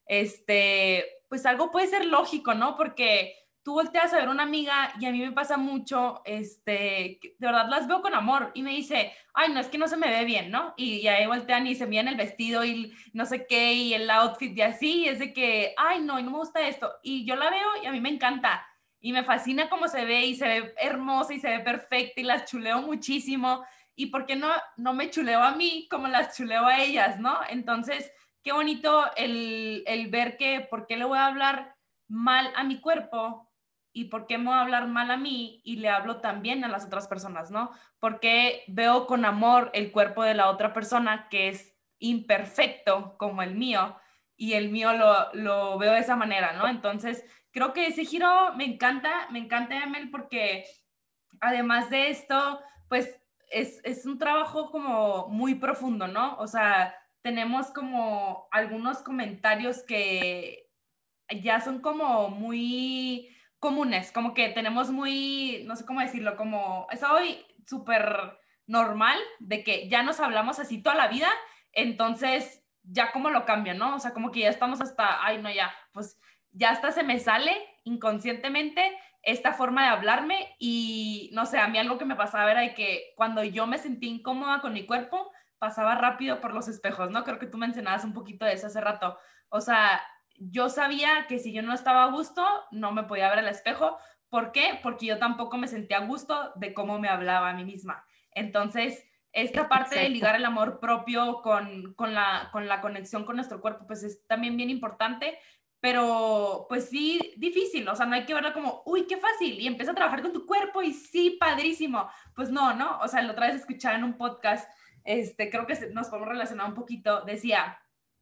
este, pues algo puede ser lógico, ¿no? Porque tú volteas a ver una amiga y a mí me pasa mucho, este, que de verdad las veo con amor y me dice, ay, no, es que no se me ve bien, ¿no? Y, y ahí voltean y se miran el vestido y no sé qué, y el outfit y así, y es de que, ay, no, y no me gusta esto. Y yo la veo y a mí me encanta. Y me fascina cómo se ve y se ve hermosa y se ve perfecta y las chuleo muchísimo. ¿Y por qué no, no me chuleo a mí como las chuleo a ellas, no? Entonces, qué bonito el, el ver que, ¿por qué le voy a hablar mal a mi cuerpo? ¿Y por qué me voy a hablar mal a mí y le hablo también a las otras personas, no? Porque veo con amor el cuerpo de la otra persona que es imperfecto como el mío y el mío lo, lo veo de esa manera, ¿no? Entonces, creo que ese giro me encanta, me encanta, Emel, porque además de esto, pues es, es un trabajo como muy profundo, ¿no? O sea, tenemos como algunos comentarios que ya son como muy comunes, como que tenemos muy, no sé cómo decirlo, como es hoy súper normal de que ya nos hablamos así toda la vida, entonces ya como lo cambio, ¿no? O sea, como que ya estamos hasta, ay, no, ya, pues ya hasta se me sale inconscientemente esta forma de hablarme y no sé, a mí algo que me pasaba era de que cuando yo me sentí incómoda con mi cuerpo, pasaba rápido por los espejos, ¿no? Creo que tú mencionabas un poquito de eso hace rato. O sea, yo sabía que si yo no estaba a gusto, no me podía ver al espejo. ¿Por qué? Porque yo tampoco me sentía a gusto de cómo me hablaba a mí misma. Entonces, esta parte de ligar el amor propio con, con, la, con la conexión con nuestro cuerpo, pues es también bien importante, pero pues sí, difícil, o sea, no hay que verlo como, uy, qué fácil, y empieza a trabajar con tu cuerpo y sí, padrísimo. Pues no, ¿no? O sea, la otra vez escuchaba en un podcast, este, creo que nos podemos relacionar un poquito, decía,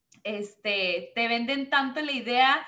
este, te venden tanto la idea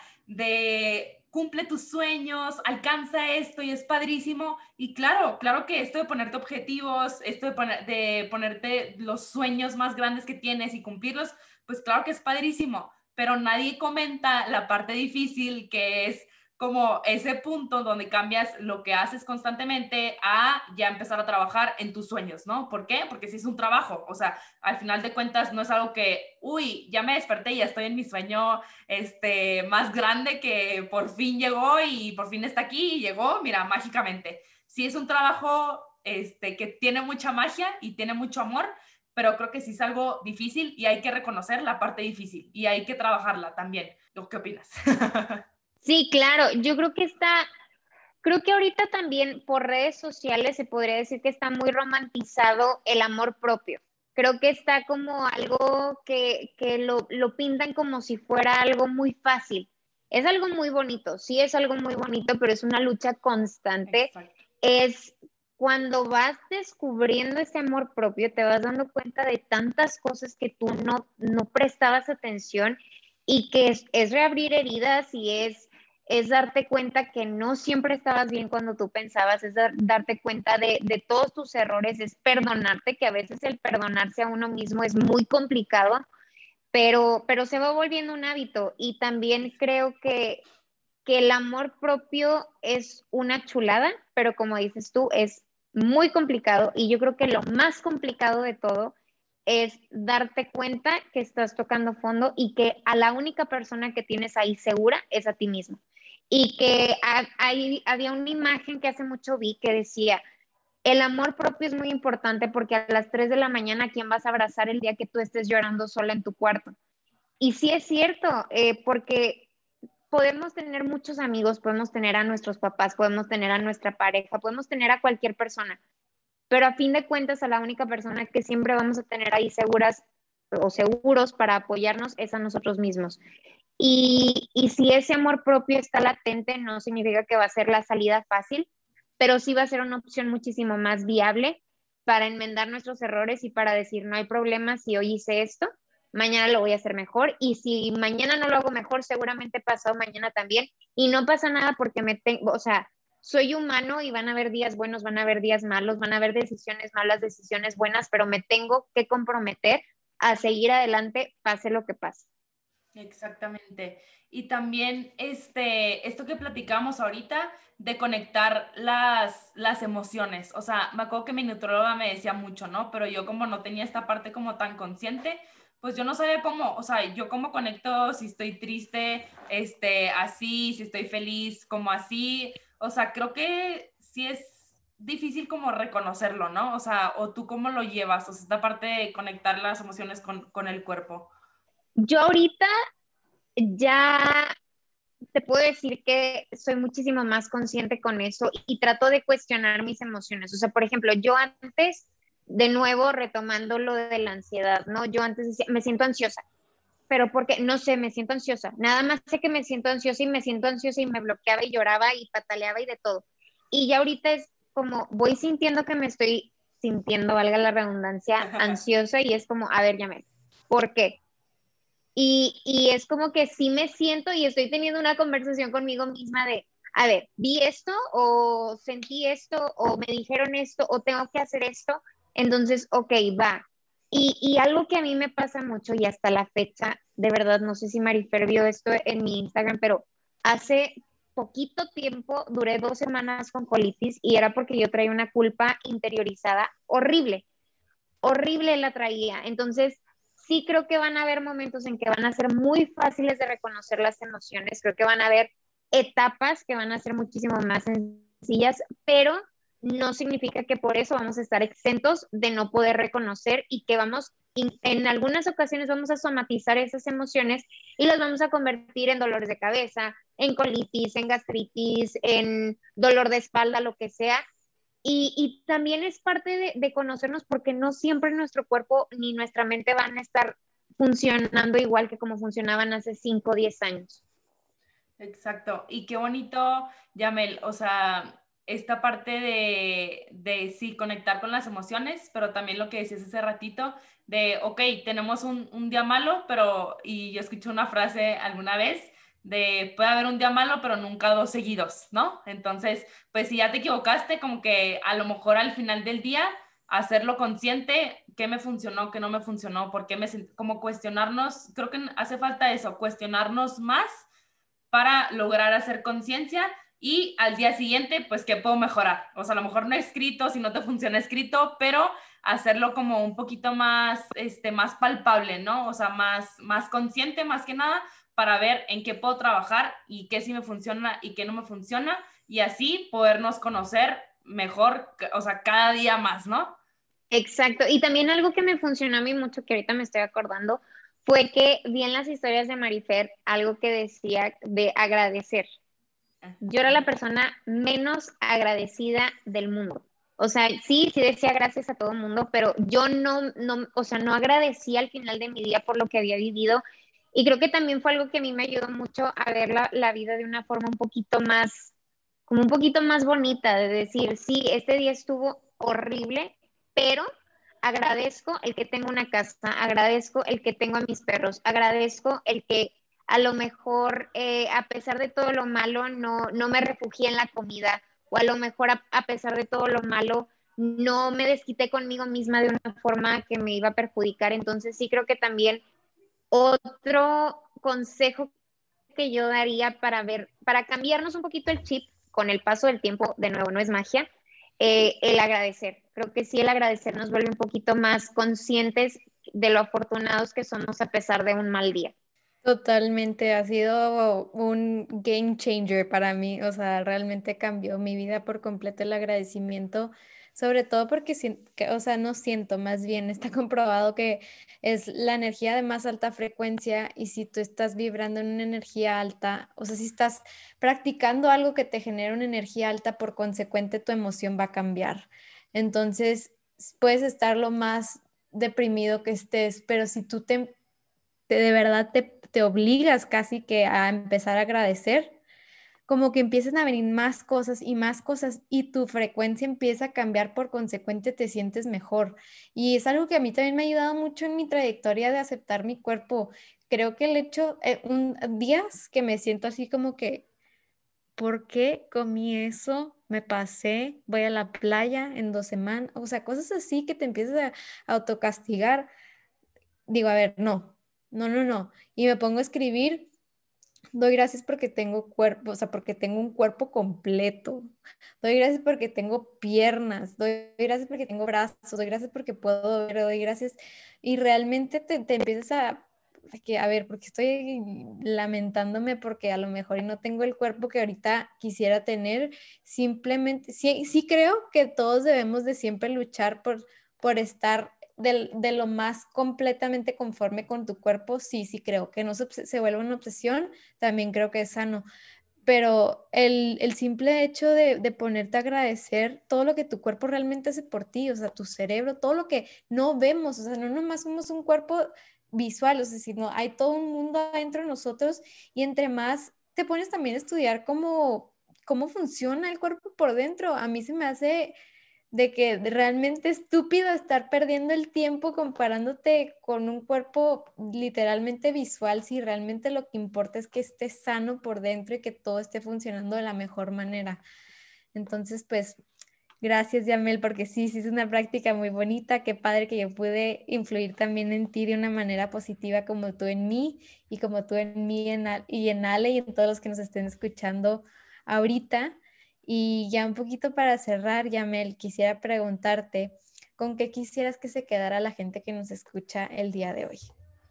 de cumple tus sueños, alcanza esto y es padrísimo. Y claro, claro que esto de ponerte objetivos, esto de, poner, de ponerte los sueños más grandes que tienes y cumplirlos, pues claro que es padrísimo, pero nadie comenta la parte difícil que es como ese punto donde cambias lo que haces constantemente a ya empezar a trabajar en tus sueños, ¿no? ¿Por qué? Porque sí es un trabajo, o sea, al final de cuentas no es algo que, uy, ya me desperté y ya estoy en mi sueño este, más grande que por fin llegó y por fin está aquí y llegó, mira, mágicamente. Sí es un trabajo este, que tiene mucha magia y tiene mucho amor, pero creo que sí es algo difícil y hay que reconocer la parte difícil y hay que trabajarla también. ¿Qué opinas? Sí, claro, yo creo que está, Creo que ahorita también por redes sociales se podría decir que está muy romantizado el amor propio. Creo que está como algo que, que lo, lo pintan como si fuera algo muy fácil. Es algo muy bonito, sí es algo muy bonito, pero es una lucha constante. Exacto. Es cuando vas descubriendo ese amor propio, te vas dando cuenta de tantas cosas que tú no, no prestabas atención y que es, es reabrir heridas y es es darte cuenta que no siempre estabas bien cuando tú pensabas, es dar, darte cuenta de, de todos tus errores, es perdonarte, que a veces el perdonarse a uno mismo es muy complicado, pero, pero se va volviendo un hábito y también creo que, que el amor propio es una chulada, pero como dices tú, es muy complicado y yo creo que lo más complicado de todo es darte cuenta que estás tocando fondo y que a la única persona que tienes ahí segura es a ti mismo. Y que ha- hay, había una imagen que hace mucho vi que decía, el amor propio es muy importante porque a las tres de la mañana, ¿a quién vas a abrazar el día que tú estés llorando sola en tu cuarto? Y sí es cierto, eh, porque podemos tener muchos amigos, podemos tener a nuestros papás, podemos tener a nuestra pareja, podemos tener a cualquier persona, pero a fin de cuentas a la única persona que siempre vamos a tener ahí seguras o seguros para apoyarnos es a nosotros mismos. Y, y si ese amor propio está latente, no significa que va a ser la salida fácil, pero sí va a ser una opción muchísimo más viable para enmendar nuestros errores y para decir, no hay problema si hoy hice esto, mañana lo voy a hacer mejor y si mañana no lo hago mejor, seguramente pasado mañana también y no pasa nada porque me tengo, o sea, soy humano y van a haber días buenos, van a haber días malos, van a haber decisiones malas, decisiones buenas, pero me tengo que comprometer a seguir adelante, pase lo que pase. Exactamente. Y también este, esto que platicamos ahorita de conectar las, las emociones. O sea, me acuerdo que mi nutróloga me decía mucho, ¿no? Pero yo como no tenía esta parte como tan consciente, pues yo no sabía cómo, o sea, yo cómo conecto si estoy triste, este, así, si estoy feliz, como así. O sea, creo que sí es difícil como reconocerlo, ¿no? O sea, o tú cómo lo llevas, o sea, esta parte de conectar las emociones con, con el cuerpo. Yo ahorita ya te puedo decir que soy muchísimo más consciente con eso y trato de cuestionar mis emociones. O sea, por ejemplo, yo antes, de nuevo retomando lo de la ansiedad, ¿no? Yo antes decía, me siento ansiosa, pero porque, no sé, me siento ansiosa. Nada más sé que me siento ansiosa y me siento ansiosa y me bloqueaba y lloraba y pataleaba y de todo. Y ya ahorita es como, voy sintiendo que me estoy sintiendo, valga la redundancia, ansiosa y es como, a ver, llamé. ¿Por qué? Y, y es como que sí me siento y estoy teniendo una conversación conmigo misma de, a ver, vi esto o sentí esto o me dijeron esto o tengo que hacer esto, entonces, ok, va. Y, y algo que a mí me pasa mucho y hasta la fecha, de verdad, no sé si Marifer vio esto en mi Instagram, pero hace poquito tiempo duré dos semanas con colitis y era porque yo traía una culpa interiorizada horrible, horrible la traía. Entonces, sí creo que van a haber momentos en que van a ser muy fáciles de reconocer las emociones, creo que van a haber etapas que van a ser muchísimo más sencillas, pero no significa que por eso vamos a estar exentos de no poder reconocer y que vamos, en algunas ocasiones vamos a somatizar esas emociones y las vamos a convertir en dolores de cabeza, en colitis, en gastritis, en dolor de espalda, lo que sea, y, y también es parte de, de conocernos porque no siempre nuestro cuerpo ni nuestra mente van a estar funcionando igual que como funcionaban hace cinco o diez años. Exacto. Y qué bonito, Yamel, o sea, esta parte de, de sí, conectar con las emociones, pero también lo que decías hace ratito, de, ok, tenemos un, un día malo, pero, y yo escuché una frase alguna vez, de, puede haber un día malo, pero nunca dos seguidos, ¿no? Entonces, pues si ya te equivocaste, como que a lo mejor al final del día, hacerlo consciente, qué me funcionó, qué no me funcionó, por qué me sent- como cuestionarnos, creo que hace falta eso, cuestionarnos más para lograr hacer conciencia y al día siguiente, pues, ¿qué puedo mejorar? O sea, a lo mejor no escrito, si no te funciona escrito, pero hacerlo como un poquito más, este, más palpable, ¿no? O sea, más, más consciente, más que nada, para ver en qué puedo trabajar y qué sí me funciona y qué no me funciona, y así podernos conocer mejor, o sea, cada día más, ¿no? Exacto. Y también algo que me funcionó a mí mucho, que ahorita me estoy acordando, fue que vi en las historias de Marifer algo que decía de agradecer. yo era la persona menos agradecida del mundo. O sea, sí, sí decía gracias a todo el mundo, pero yo no, no, o sea, no agradecía al final de mi día por lo que había vivido. Y creo que también fue algo que a mí me ayudó mucho a ver la, la vida de una forma un poquito más, como un poquito más bonita, de decir, sí, este día estuvo horrible, pero agradezco el que tengo una casa, agradezco el que tengo a mis perros, agradezco el que a lo mejor, eh, a pesar de todo lo malo, no, no me refugié en la comida, o a lo mejor a, a pesar de todo lo malo, no me desquité conmigo misma de una forma que me iba a perjudicar. Entonces sí creo que también otro consejo que yo daría para ver, para cambiarnos un poquito el chip con el paso del tiempo, de nuevo, no es magia, eh, el agradecer. Creo que sí, el agradecer nos vuelve un poquito más conscientes de lo afortunados que somos a pesar de un mal día. Totalmente, ha sido un game changer para mí, o sea, realmente cambió mi vida por completo el agradecimiento, sobre todo porque, sien- que, o sea, no siento, más bien está comprobado que es la energía de más alta frecuencia y si tú estás vibrando en una energía alta, o sea, si estás practicando algo que te genera una energía alta, por consecuente tu emoción va a cambiar. Entonces, puedes estar lo más deprimido que estés, pero si tú te te- de verdad te, te obligas casi que a empezar a agradecer, como que empiezan a venir más cosas y más cosas y tu frecuencia empieza a cambiar, por consecuente te sientes mejor. Y es algo que a mí también me ha ayudado mucho en mi trayectoria de aceptar mi cuerpo. Creo que el hecho, eh, un, días que me siento así como que, ¿por qué comí eso? Me pasé, voy a la playa en dos semanas, o sea, cosas así que te empiezas a autocastigar. Digo, a ver, no, no, no, no. Y me pongo a escribir, doy gracias porque tengo cuerpo, o sea, porque tengo un cuerpo completo. Doy gracias porque tengo piernas, doy gracias porque tengo brazos, doy gracias porque puedo ver, doy gracias. Y realmente te, te empiezas a, de que, a ver, porque estoy lamentándome porque a lo mejor y no tengo el cuerpo que ahorita quisiera tener. Simplemente, sí, sí creo que todos debemos de siempre luchar por, por estar de, de lo más completamente conforme con tu cuerpo. Sí, sí creo que no se, se vuelva una obsesión, también creo que es sano, pero el, el simple hecho de, de ponerte a agradecer todo lo que tu cuerpo realmente hace por ti, o sea, tu cerebro, todo lo que no vemos, o sea, no nomás somos un cuerpo visual, o sea, sino hay todo un mundo adentro de nosotros y entre más te pones también a estudiar cómo, cómo funciona el cuerpo por dentro, a mí se me hace de que realmente estúpido estar perdiendo el tiempo comparándote con un cuerpo literalmente visual, si realmente lo que importa es que esté sano por dentro y que todo esté funcionando de la mejor manera. Entonces, pues, gracias, Yamel, porque sí, sí es una práctica muy bonita. Qué padre que yo pude influir también en ti de una manera positiva como tú en mí y como tú en mí en Al- y en Ale y en todos los que nos estén escuchando ahorita. Y ya un poquito para cerrar, Yamel, quisiera preguntarte, ¿con qué quisieras que se quedara la gente que nos escucha el día de hoy?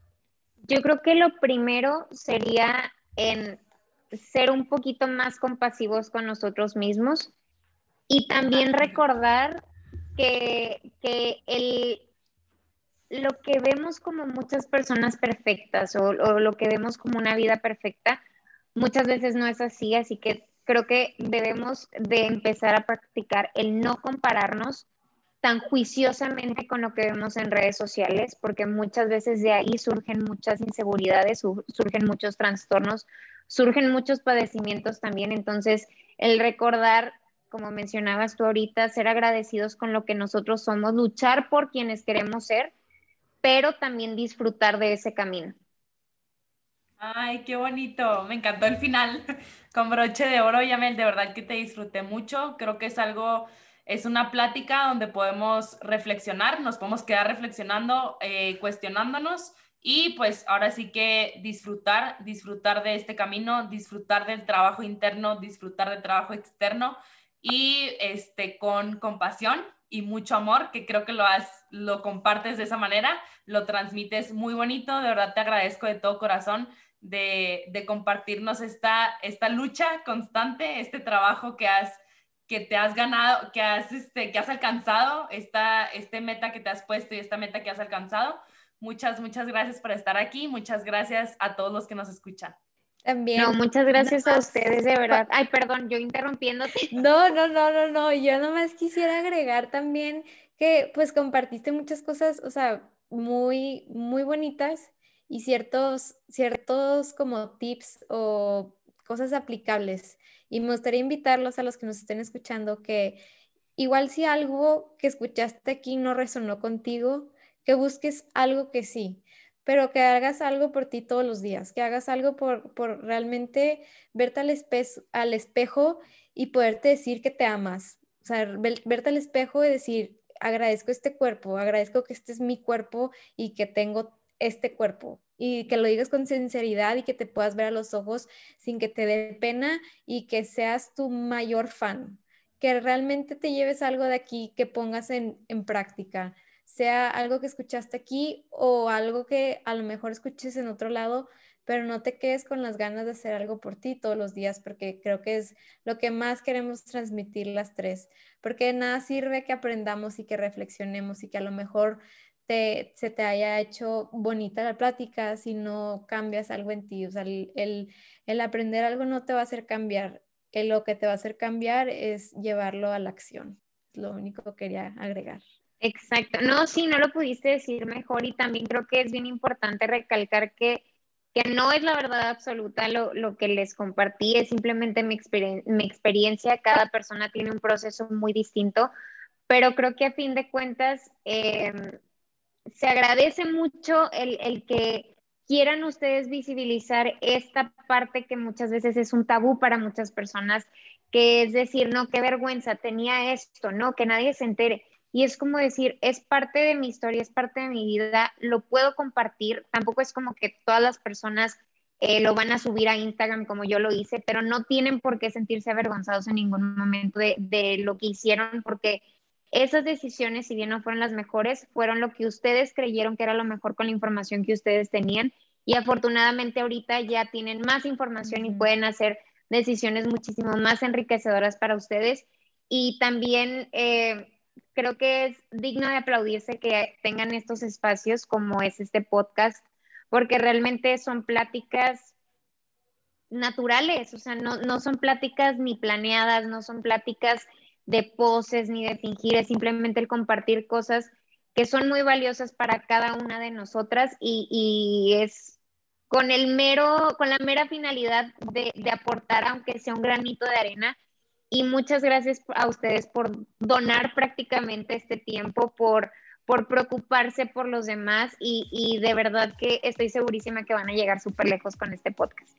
Yo creo que lo primero sería en ser un poquito más compasivos con nosotros mismos y también recordar que, que el, lo que vemos como muchas personas perfectas o, o lo que vemos como una vida perfecta, muchas veces no es así, así que creo que debemos de empezar a practicar el no compararnos tan juiciosamente con lo que vemos en redes sociales, porque muchas veces de ahí surgen muchas inseguridades, su- surgen muchos trastornos, surgen muchos padecimientos también. Entonces, el recordar, como mencionabas tú ahorita, ser agradecidos con lo que nosotros somos, luchar por quienes queremos ser, pero también disfrutar de ese camino. Ay, qué bonito. Me encantó el final con broche de oro, Yamel. De verdad que te disfruté mucho. Creo que es algo, es una plática donde podemos reflexionar, nos podemos quedar reflexionando, eh, cuestionándonos y pues ahora sí que disfrutar, disfrutar de este camino, disfrutar del trabajo interno, disfrutar del trabajo externo y este, con compasión y mucho amor, que creo que lo, has, lo compartes de esa manera, lo transmites muy bonito. De verdad te agradezco de todo corazón de, de compartirnos esta, esta lucha constante, este trabajo que has que te has ganado, que has, este, que has alcanzado, esta, este meta que te has puesto y esta meta que has alcanzado. Muchas, muchas gracias por estar aquí. Muchas gracias a todos los que nos escuchan. También. No, muchas gracias a más, ustedes, de verdad. Ay, perdón, yo interrumpiéndote. No, no, no, no, no. Yo nomás quisiera agregar también que pues compartiste muchas cosas, o sea, muy, muy bonitas y ciertos, ciertos como tips o cosas aplicables. Y me gustaría invitarlos a los que nos estén escuchando que igual si algo que escuchaste aquí no resonó contigo, que busques algo que sí, pero que hagas algo por ti todos los días, que hagas algo por, por realmente verte al, espe- al espejo y poderte decir que te amas. O sea, ver- verte al espejo y decir, agradezco este cuerpo, agradezco que este es mi cuerpo y que tengo este cuerpo. Y que lo digas con sinceridad y que te puedas ver a los ojos sin que te dé pena y que seas tu mayor fan. Que realmente te lleves algo de aquí que pongas en, en práctica, sea algo que escuchaste aquí o algo que a lo mejor escuches en otro lado, pero no te quedes con las ganas de hacer algo por ti todos los días, porque creo que es lo que más queremos transmitir las tres, porque de nada sirve que aprendamos y que reflexionemos y que a lo mejor te, se te haya hecho bonita la plática si no cambias algo en ti. O sea, el, el, el aprender algo no te va a hacer cambiar, el lo que te va a hacer cambiar es llevarlo a la acción. Es lo único que quería agregar. Exacto. No, sí, no lo pudiste decir mejor y también creo que es bien importante recalcar que, que no es la verdad absoluta lo, lo que les compartí, es simplemente mi, experien- mi experiencia. Cada persona tiene un proceso muy distinto, pero creo que a fin de cuentas eh, se agradece mucho el, el que quieran ustedes visibilizar esta parte que muchas veces es un tabú para muchas personas, que es decir, no, qué vergüenza, tenía esto, no, que nadie se entere. Y es como decir, es parte de mi historia, es parte de mi vida, lo puedo compartir. Tampoco es como que todas las personas eh, lo van a subir a Instagram como yo lo hice, pero no tienen por qué sentirse avergonzados en ningún momento de, de lo que hicieron, porque esas decisiones, si bien no fueron las mejores, fueron lo que ustedes creyeron que era lo mejor con la información que ustedes tenían. Y afortunadamente ahorita ya tienen más información y Ujú. pueden hacer decisiones muchísimo más enriquecedoras para ustedes. Y también eh, creo que es digno de aplaudirse que tengan estos espacios como es este podcast, porque realmente son pláticas naturales, o sea, no, no son pláticas ni planeadas, no son pláticas de poses ni de fingir, es simplemente el compartir cosas que son muy valiosas para cada una de nosotras y, y es con el mero, con la mera finalidad de, de aportar, aunque sea un granito de arena. Y muchas gracias a ustedes por donar prácticamente este tiempo, por, por preocuparse por los demás y, y de verdad que estoy segurísima que van a llegar súper lejos con este podcast.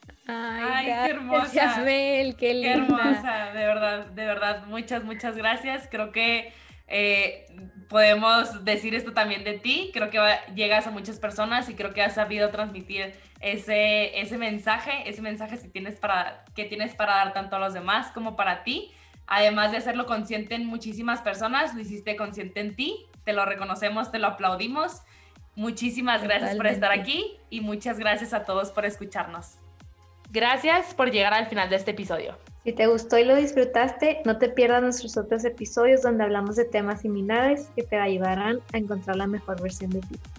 Ay, Ay, qué gracias, hermosa. Yasmel, qué Qué linda. hermosa, de verdad, de verdad, muchas, muchas gracias. Creo que eh, podemos decir esto también de ti. Creo que va- llegas a muchas personas y creo que has sabido transmitir ese, ese mensaje, ese mensaje que tienes, para, que tienes para dar tanto a los demás como para ti. Además de hacerlo consciente en muchísimas personas, lo hiciste consciente en ti. Te lo reconocemos, te lo aplaudimos. Muchísimas gracias por estar Totalmente. aquí y muchas gracias a todos por escucharnos. Gracias por llegar al final de este episodio. Si te gustó y lo disfrutaste, no te pierdas nuestros otros episodios donde hablamos de temas similares que te ayudarán a encontrar la mejor versión de ti.